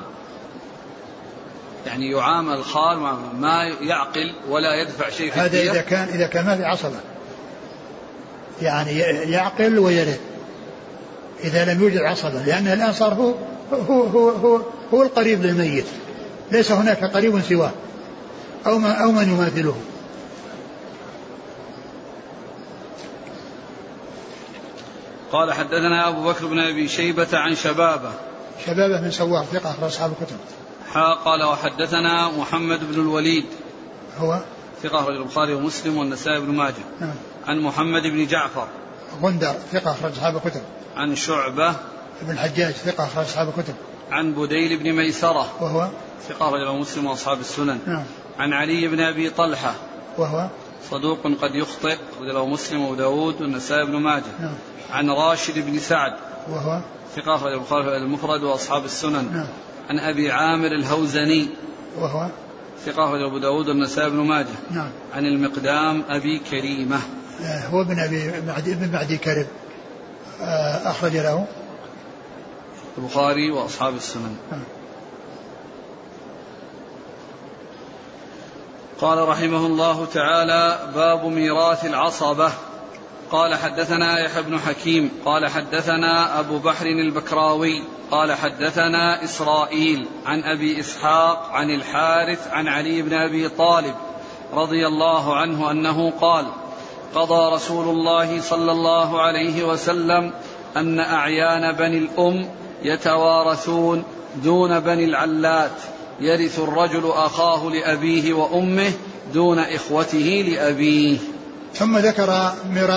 يعني يعامل الخال ما يعقل ولا يدفع شيء في هذا إذا كان ما في عصبة، يعني يعقل ويرث إذا لم يوجد عصبة، لأن الآن صار هو القريب للميت، ليس هناك قريب سواه، أو من يماثله. قال حدثنا أبو بكر بن أبي شيبة عن شبابة بن سوار ثقة أخرج أصحاب الكتب. قال وحدثنا محمد بن الوليد هو ثقة أخرج البخاري ومسلم والنسائي بن ماجه. عن محمد بن جعفر غندر ثقة أخرج أصحاب الكتب. عن شعبة بن الحجاج ثقة أخرج أصحاب الكتب. عن بديل بن ميسرة وهو ثقة أخرج مسلم وأصحاب السنن. عن علي بن أبي طلحة وهو صدوق قد يخطئ أخرج مسلم وداود والنسائي بن ماجه. عن راشد بن سعد وهو ثقة أخرج البخاري المفرد وأصحاب السنن. عن أبي عامر الهوزني وهو ثقة أخرج أبو داود والنسائي بن ماجه. عن المقدام أبي كريمة هو ابن معدي كرب أخرج له البخاري وأصحاب السنن. قال رحمه الله تعالى باب ميراث العصبة. قال حدثنا يحيى بن حكيم قال حدثنا أبو بحر البكراوي قال حدثنا إسرائيل عن أبي إسحاق عن الحارث عن علي بن أبي طالب رضي الله عنه أنه قال قضى رسول الله صلى الله عليه وسلم أن أعيان بني الأم يتوارثون دون بني العلات، يرث الرجل أخاه لأبيه وأمه دون إخوته لأبيه. ثم ذكر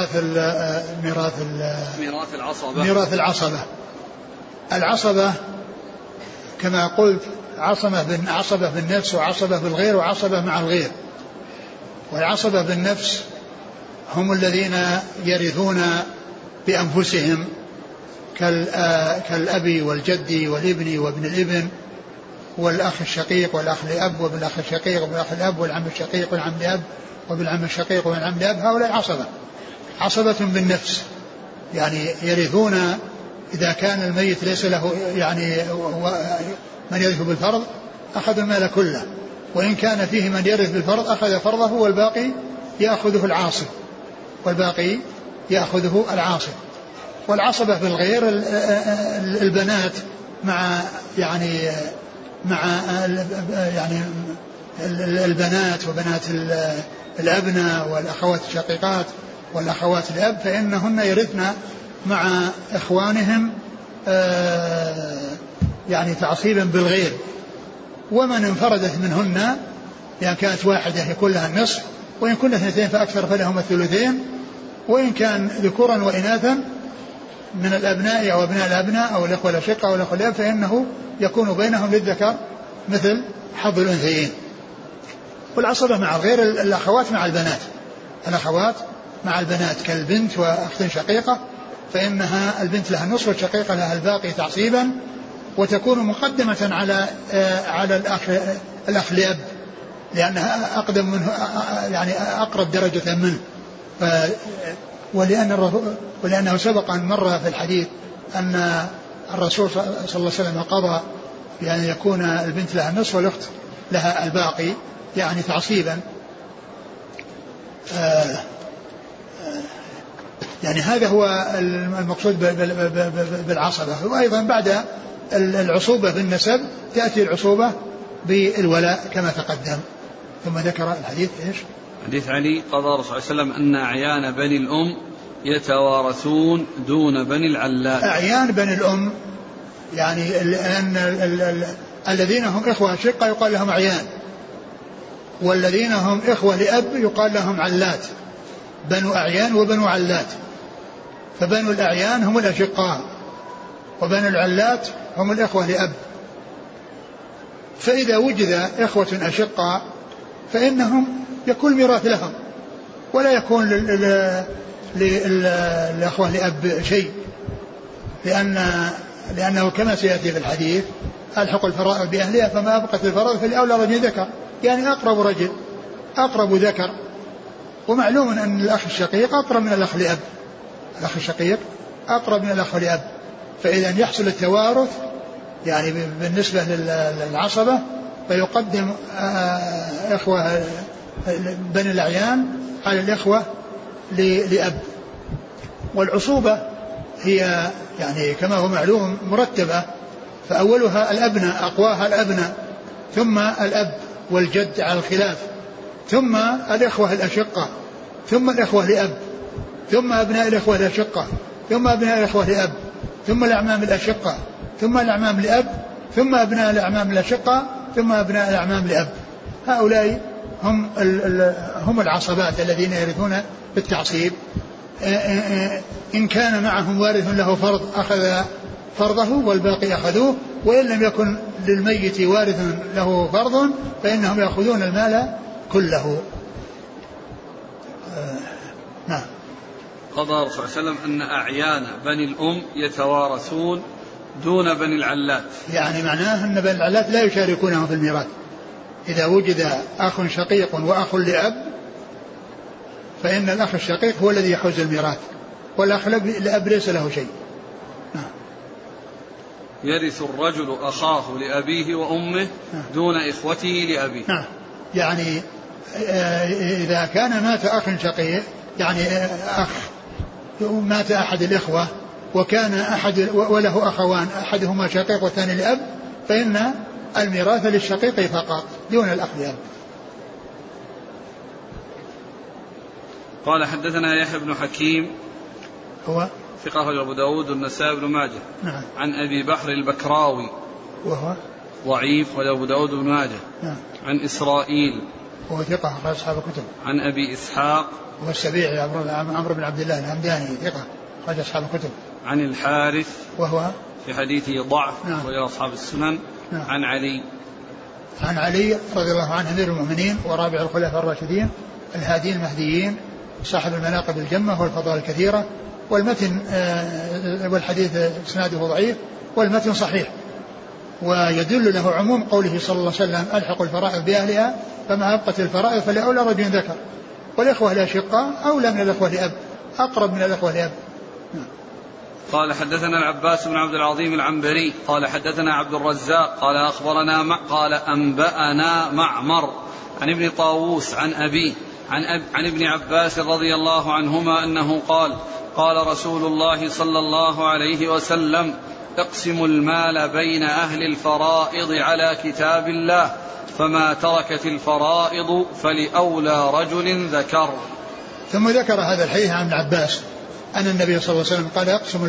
ميراث العصبة. العصبة كما قلت عصبة بالنفس وعصبة بالغير وعصبة مع الغير. والعصبة بالنفس هم الذين يرثون بأنفسهم كالأب والجد والابن وابن الابن والأخ الشقيق والأخ لأب وابن الأخ الشقيق وابن الأخ الأب والعم الشقيق والعم لأب وبالعم الشقيق والعم لأب. هؤلاء عصبة بالنفس، يعني يرثون إذا كان الميت ليس له يعني من يرث بالفرض أخذ المال كله، وإن كان فيه من يرث بالفرض أخذ فرضه والباقي يأخذه العاصب. والعصبة بالغير البنات مع البنات وبنات الأبناء والأخوات الشقيقات والأخوات الأب، فإنهن يرثن مع إخوانهم يعني تعصيبا بالغير. ومن انفردت منهن يعني كانت واحدة يكون لها النصف، وإن كنا 2 فأكثر فلهما الثلثين، وإن كان ذكورا وإناثا من الأبناء أو أبناء الأبناء أو الإخوة الأشقة أو الأخوة الأب فإنه يكون بينهم للذكر مثل حظ الأنثيين. والعصبة مع الغير الأخوات مع البنات كالبنت وأخت شقيقة، فإنها البنت لها النصف والشقيقة لها الباقي تعصيبا، وتكون مقدمة على الأخ لأب لأنها أقدم منه يعني أقرب درجة منه. ولأنه سبق أن مر في الحديث أن الرسول صلى الله عليه وسلم قضى يعني يكون البنت لها النصف والأخت لها الباقي يعني تعصيبا. يعني هذا هو المقصود بالعصبة. وأيضا بعد العصوبة بالنسب تأتي العصوبة بالولاء كما تقدم. ثم ذكر الحديث إيش؟ حديث علي قضى الرسول صلى الله عليه وسلم أن أعيان بني الأم يتوارثون دون بني العلات. أعيان بني الأم يعني الذين هم إخوة شقة يقال لهم أعيان، والذين هم إخوة لأب يقال لهم علات، بنو أعيان وبنو علات. فبنو الأعيان هم الأشقاء، وبنو العلات هم الإخوة لأب. فإذا وجد إخوة أشقاء فإنهم يكون ميراث لهم، ولا يكون للأخوة لأب شيء، لأنه كما سيأتي في الحديث ألحق الفرائض بأهلها فما أبقت الفرائض فلأولى رجل ذكر، يعني أقرب ذكر. ومعلوم أن الأخ الشقيق أقرب من الأخ لأب، الأخ الشقيق أقرب من الأخ لأب. فإذا يحصل التوارث يعني بالنسبة للعصبة فيقدم إخوة بني الأعيان على الإخوة لأب. والعصوبة هي يعني كما هو معلوم مرتبة، فأولها الأبناء أقواها الأبناء، ثم الأب والجد على الخلاف ثم الإخوة الأشقة، ثم الإخوة لأب، ثم أبناء الإخوة الأشقة، ثم أبناء الإخوة لأب، ثم الأعمام الأشقة، ثم الأعمام لأب، ثم أبناء الأعمام الأشقة، ثم أبناء الأعمام لأب. هؤلاء هم العصبات الذين يرثون بالتعصيب. إن كان معهم وارث له فرض أخذ فرضه والباقي أخذوه، وإن لم يكن للميت وارث له فرض فإنهم يأخذون المال كله. نعم. قضى الرسول صلى الله عليه وسلم أن أعيان بني الأم يتوارثون دون بني العلات، يعني معناه أن بني العلات لا يشاركونهم في الميراث. إذا وجد أخ شقيق وأخ لأب فإن الأخ الشقيق هو الذي يحوز الميراث، والأخ لأب ليس له شيء. يرث الرجل أخاه لأبيه وأمه دون إخوته لأبيه. يعني إذا كان مات أخ شقيق، يعني أخ مات أحد الإخوة وكان أحد وله أخوان أحدهما شقيق والثاني لأب، فإن الميراث للشقيق فقط دون الأخ لأب. قال حدثنا يحيى بن حكيم هو ثقة أبو داود والنسائي بن ماجه. نعم. عن أبي بحر البكراوي وهو ضعيف وأبو داود بن ماجه. نعم. عن إسرائيل وهو ثقة أخرج أصحاب الكتب. عن أبي إسحاق وهو السبيعي عمرو بن عبد الله الهمداني ثقة أخرج أصحاب الكتب. عن الحارث وهو في حديثه ضعف. نعم. وإلى أصحاب السنن. نعم. عن علي رضي الله عنه أمير المؤمنين ورابع الخلفاء الراشدين الهادين المهديين صاحب المناقب الجمة والفضائل الكثيرة، والمتن والحديث اسناده ضعيف والمتن صحيح، ويدل له عموم قوله صلى الله عليه وسلم ألحقوا الفرائض بأهلها فما أبقت الفرائض فلأولى رجل ذكر، والإخوة الأشقاء أولى من الإخوة لأب، أقرب من الإخوة لأب. قال حدثنا العباس بن عبد العظيم العنبري قال حدثنا عبد الرزاق قال أخبرنا قال أنبأنا معمر عن ابن طاووس عن أبيه عن ابن عباس رضي الله عنهما أنه قال قال رسول الله صلى الله عليه وسلم اقسموا المال بين أهل الفرائض على كتاب الله فما تركت الفرائض فلأولى رجل ذكر. ثم ذكر هذا الحديث عن ابن عباس أن النبي صلى الله عليه وسلم قال اقسموا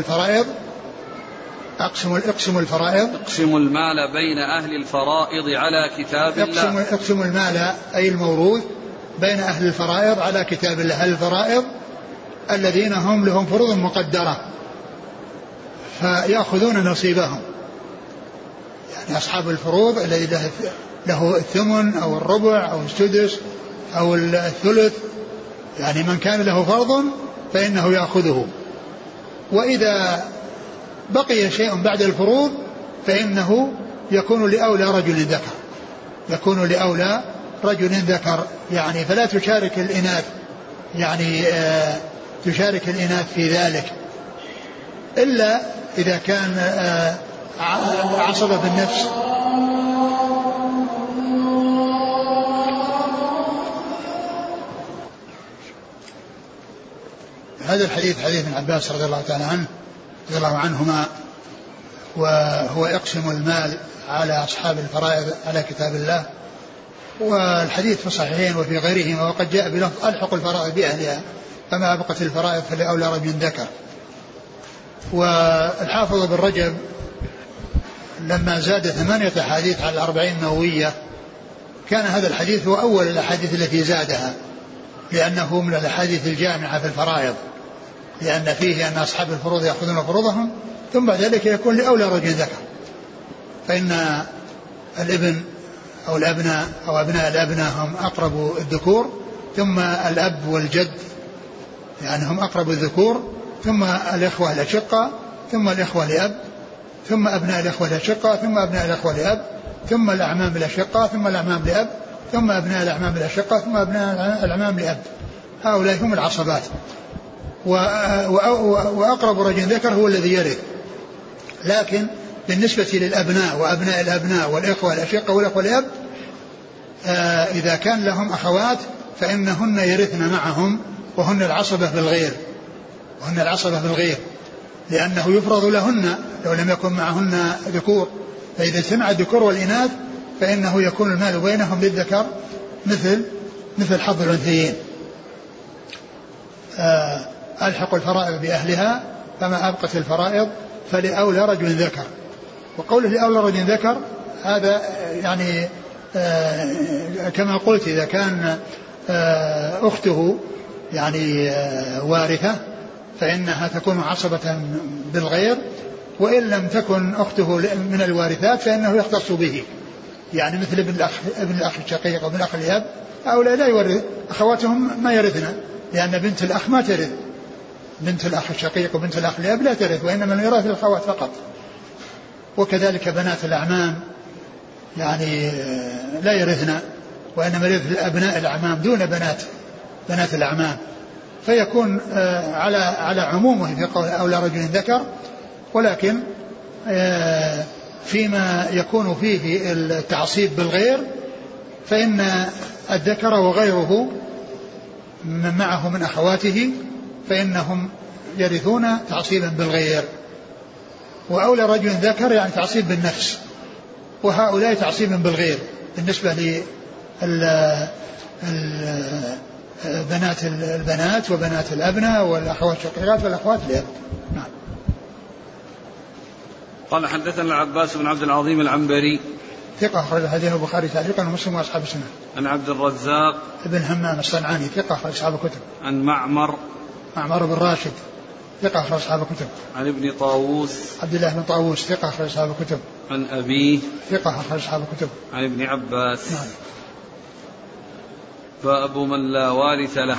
الفرائض اقسموا المال بين أهل الفرائض على كتاب الله. اقسموا المال أي الموروث بين أهل الفرائض على كتاب الله. أهل الفرائض الذين هم لهم فروض مقدرة فيأخذون نصيبهم، يعني أصحاب الفروض الذي له الثمن أو الربع أو السدس أو الثلث، يعني من كان له فرض فإنه يأخذه. وإذا بقي شيء بعد الفروض فإنه يكون لأولى رجل ذكر، يعني فلا تشارك الإناث، يعني تشارك الإناث في ذلك إلا إذا كان عصبة بالنفس. هذا الحديث حديث ابن عباس رضي الله تعالى عنه رضي الله عنهما، وهو يقسم المال على أصحاب الفرائض على كتاب الله، والحديث في الصحيحين وفي غيرهما، وقد جاء بلفظ ألحقوا الفرائض بأهلها فما أبقت الفرائض فلأولى رجل ذكر. والحافظ بن رجب لما زاد 8 أحاديث على 40 نووية كان هذا الحديث هو أول الأحاديث التي زادها، لأنه من الأحاديث الجامعة في الفرائض، لأن فيه أن أصحاب الفروض يأخذون فروضهم ثم بعد ذلك يكون لأولى رجل ذكر، فإن الابن أو الأبناء أو أبناء الأبناء هم أقرب الذكور، ثم الأب والجد يعني هم أقرب الذكور، ثم الإخوة الأشقة، ثم الإخوة لأب، ثم أبناء الإخوة الأشقة، ثم أبناء الإخوة لأب، ثم الأعمام الأشقة، ثم الأعمام لأب، ثم أبناء الأعمام الأشقة، ثم أبناء الأعمام لأب. هؤلاء هم العصبات. وأقرب رجل ذكر هو الذي يرث. لكن بالنسبة للأبناء وأبناء الأبناء والإخوة الأشقة والإخوة لأب إذا كان لهم أخوات فإنهن يرثن معهم، وهن العصبة بالغير، لأنه يفرض لهن لو لم يكن معهن ذكور، فإذا اجتمع الذكور والإناث فإنه يكون المال بينهم للذكر مثل مثل حظ الأنثيين. ألحق الفرائض بأهلها فما أبقت الفرائض فلأولى رجل ذكر. وقوله لأولى رجل ذكر هذا يعني كما قلت إذا كان أخته يعني وارثة فإنها تكون عصبة بالغير، وإن لم تكن أخته من الوارثات فإنه يختص به، يعني مثل ابن الأخ الشقيق وابن الأخ الأب، هؤلاء لا يورث، أخواتهم ما يرثنا، لأن بنت الأخ ما ترث، بنت الأخ الشقيق وبنت الأخ الأب لا ترث، وإنما يرث الأخوات فقط. وكذلك بنات الأعمام يعني لا يرثنا، وإنما يرث أبناء الأعمام دون بنات الأعمام، فيكون على عمومه في قول أولى رجل ذكر. ولكن فيما يكون فيه التعصيب بالغير فإن الذكر وغيره من معه من أخواته فإنهم يرثون تعصيبا بالغير. وأولى رجل ذكر يعني تعصيب بالنفس، وهؤلاء تعصيبا بالغير بالنسبة البنات وبنات الأبناء والأخوات الشقيقات والأخوات الأب. نعم. قال حدثنا العباس بن عبد العظيم العنبري ثقة أخرج حديث البخاري تعليقا ومسلم وأصحاب السنة. عن عبد الرزاق ابن همام الصنعاني ثقة أخرج أصحاب الكتب. عن معمر بن راشد ثقة أخرج أصحاب الكتب. عن ابن طاووس عبد الله بن طاووس ثقة أخرج أصحاب الكتب. عن أبيه ثقة أخرج أصحاب الكتب. عن ابن عباس. نعم. باب من لا وارث له.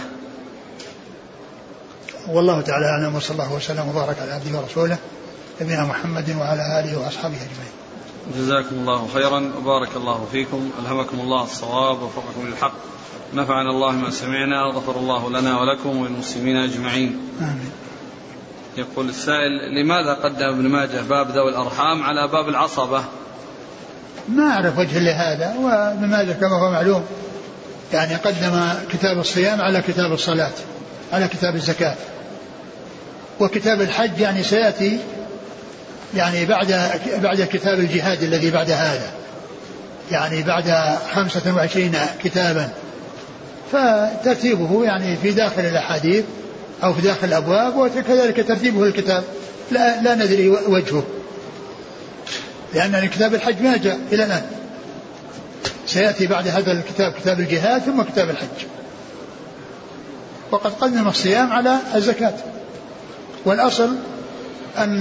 والله تعالى أعلم، وصلى الله وسلم وبارك على عبده ورسوله نبينا محمد وعلى آله وأصحابه أجمعين. جزاكم الله خيرا وبارك الله فيكم، ألهمكم الله الصواب ووفقكم للحق، نفعنا الله ما سمعنا وغفر الله لنا ولكم وللمسلمين أجمعين. آمين. يقول السائل: لماذا قدم ابن ماجه باب ذوي الأرحام على باب العصبة؟ ما أعرف وجه لهذا، وابن ماجه كما هو معلوم يعني قدم كتاب الصيام على كتاب الصلاة على كتاب الزكاة، وكتاب الحج يعني سيأتي يعني بعد كتاب الجهاد الذي بعد هذا، يعني بعد 25 كتابا، فترتيبه يعني في داخل الأحاديث أو في داخل الأبواب، وكذلك ترتيبه الكتاب لا ندري وجهه، لأن الكتاب الحج ما جاء إلى الآن، سيأتي بعد هذا الكتاب كتاب الجهاد ثم كتاب الحج. وقد قدم الصيام على الزكاة، والأصل أن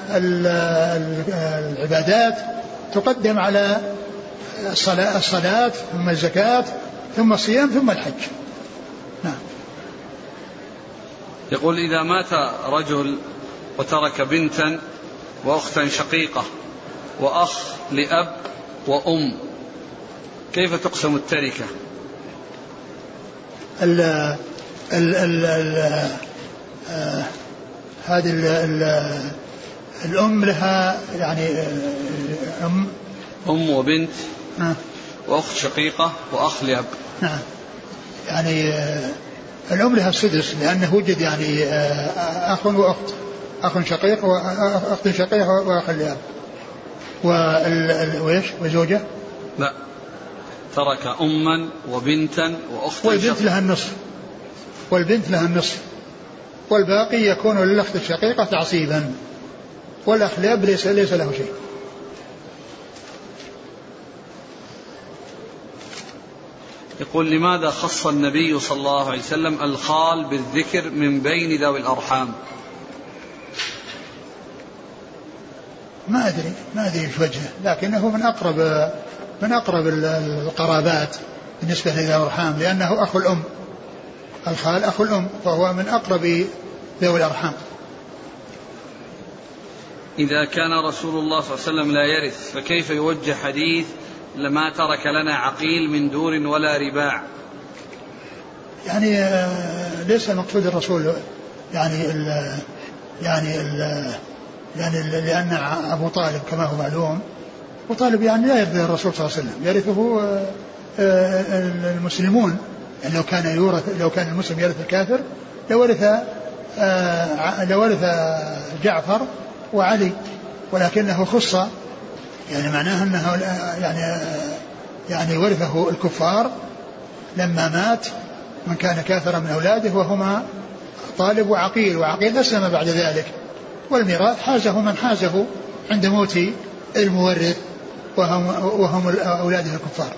العبادات تقدم على الصلاة ثم الزكاة ثم الصيام ثم الحج. نعم. يقول: إذا مات رجل وترك بنتا وأختا شقيقة وأخ لأب وأم، كيف تقسم التركة؟ هذه الأم لها يعني أم وبنت وأخت شقيقة وأخ لأب. نعم. يعني الأم لها السدس، لأنه وجد يعني أخ وأخت، أخ شقيق وأخت شقيقة وأخ لأب. وإيش وزوجة؟ لا، ترك أما وبنتا وأختا، والبنت لها النصف، والباقي يكون للأخت الشقيقة تعصيبا، والأخ لأب ليس له شيء. يقول: لماذا خص النبي صلى الله عليه وسلم الخال بالذكر من بين ذوي الأرحام؟ ما أدري ايش وجهه، لكنه من أقرب القرابات بالنسبة لذوي الأرحام، لأنه أخو الأم، الخال أخو الأم، فهو من أقرب ذوي الأرحام. إذا كان رسول الله صلى الله عليه وسلم لا يرث، فكيف يوجه حديث: لما ترك لنا عقيل من دور ولا رباع؟ يعني ليس المقصود الرسول يعني لأن أبو طالب كما هو معلوم، أبو طالب يعني لا يرث الرسول صلى الله عليه وسلم، يرثه المسلمون. يعني لو كان المسلم يرث الكافر لورث جعفر وعلي، ولكنه خص، يعني معناه أنه يعني ورثه الكفار لما مات من كان كافرا من أولاده وهما طالب وعقيل، وعقيل أسلم بعد ذلك، والميراث حازه من حازه عند موت المورث وهم أولاده الكفار.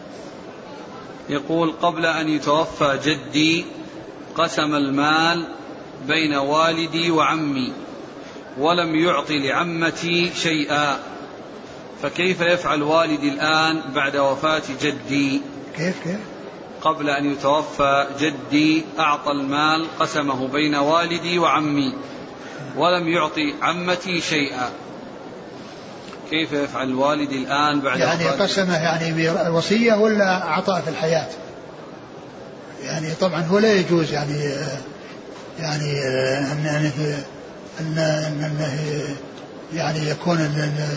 يقول: قبل أن يتوفى جدي قسم المال بين والدي وعمي ولم يعطي لعمتي شيئا، فكيف يفعل والدي الآن بعد وفاة جدي؟ كيف؟ قبل أن يتوفى جدي أعطى المال قسمه بين والدي وعمي ولم يعطي عمتي شيئا، كيف يفعل والدي الآن بعد يعني وفاة؟ قسمه يعني بالوصية ولا عطاء في الحياة؟ يعني طبعا هو لا يجوز يعني أنه يعني يكون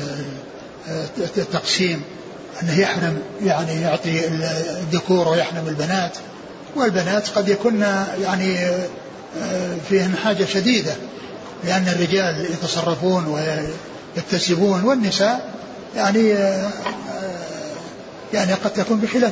التقسيم أنه يحرم، يعني يعطي الذكور ويحرم البنات، والبنات قد يكون يعني فيهن حاجة شديدة، لأن الرجال يتصرفون ويكتسبون، والنساء يعني قد تكون بخلاف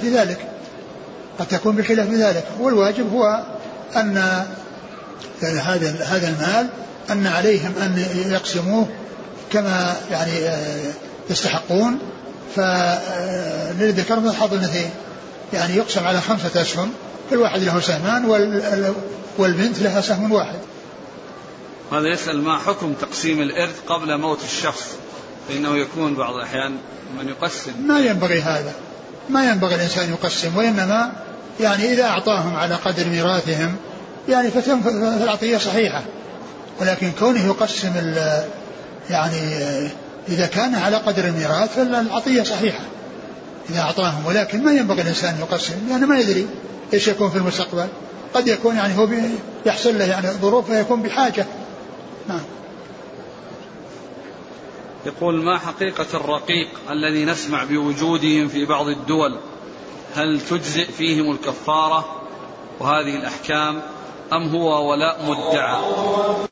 ذلك، والواجب هو أن هذا المال أن عليهم أن يقسموه كما يعني يستحقون، فللذكر مثل حظ الأنثيين، يعني يقسم على 5 أسهم، كل واحد له سهمان والبنت لها سهم واحد. هذا يسأل: ما حكم تقسيم الإرث قبل موت الشخص؟ فإنه يكون بعض الأحيان من يقسم. ما ينبغي هذا، ما ينبغي الإنسان يقسم، وإنما يعني إذا أعطاهم على قدر ميراثهم يعني فالعطية صحيحة، ولكن كونه يقسم يعني إذا كان على قدر الميراث فالعطية صحيحة إذا أعطاهم، ولكن ما ينبغي الإنسان يقسم، يعني ما يدري إيش يكون في المستقبل، قد يكون يعني هو يحصل له يعني ظروف فيكون بحاجة. نعم. يقول: ما حقيقة الرقيق الذي نسمع بوجودهم في بعض الدول؟ هل تجزئ فيهم الكفارة وهذه الأحكام أم هو ولاء مدعى؟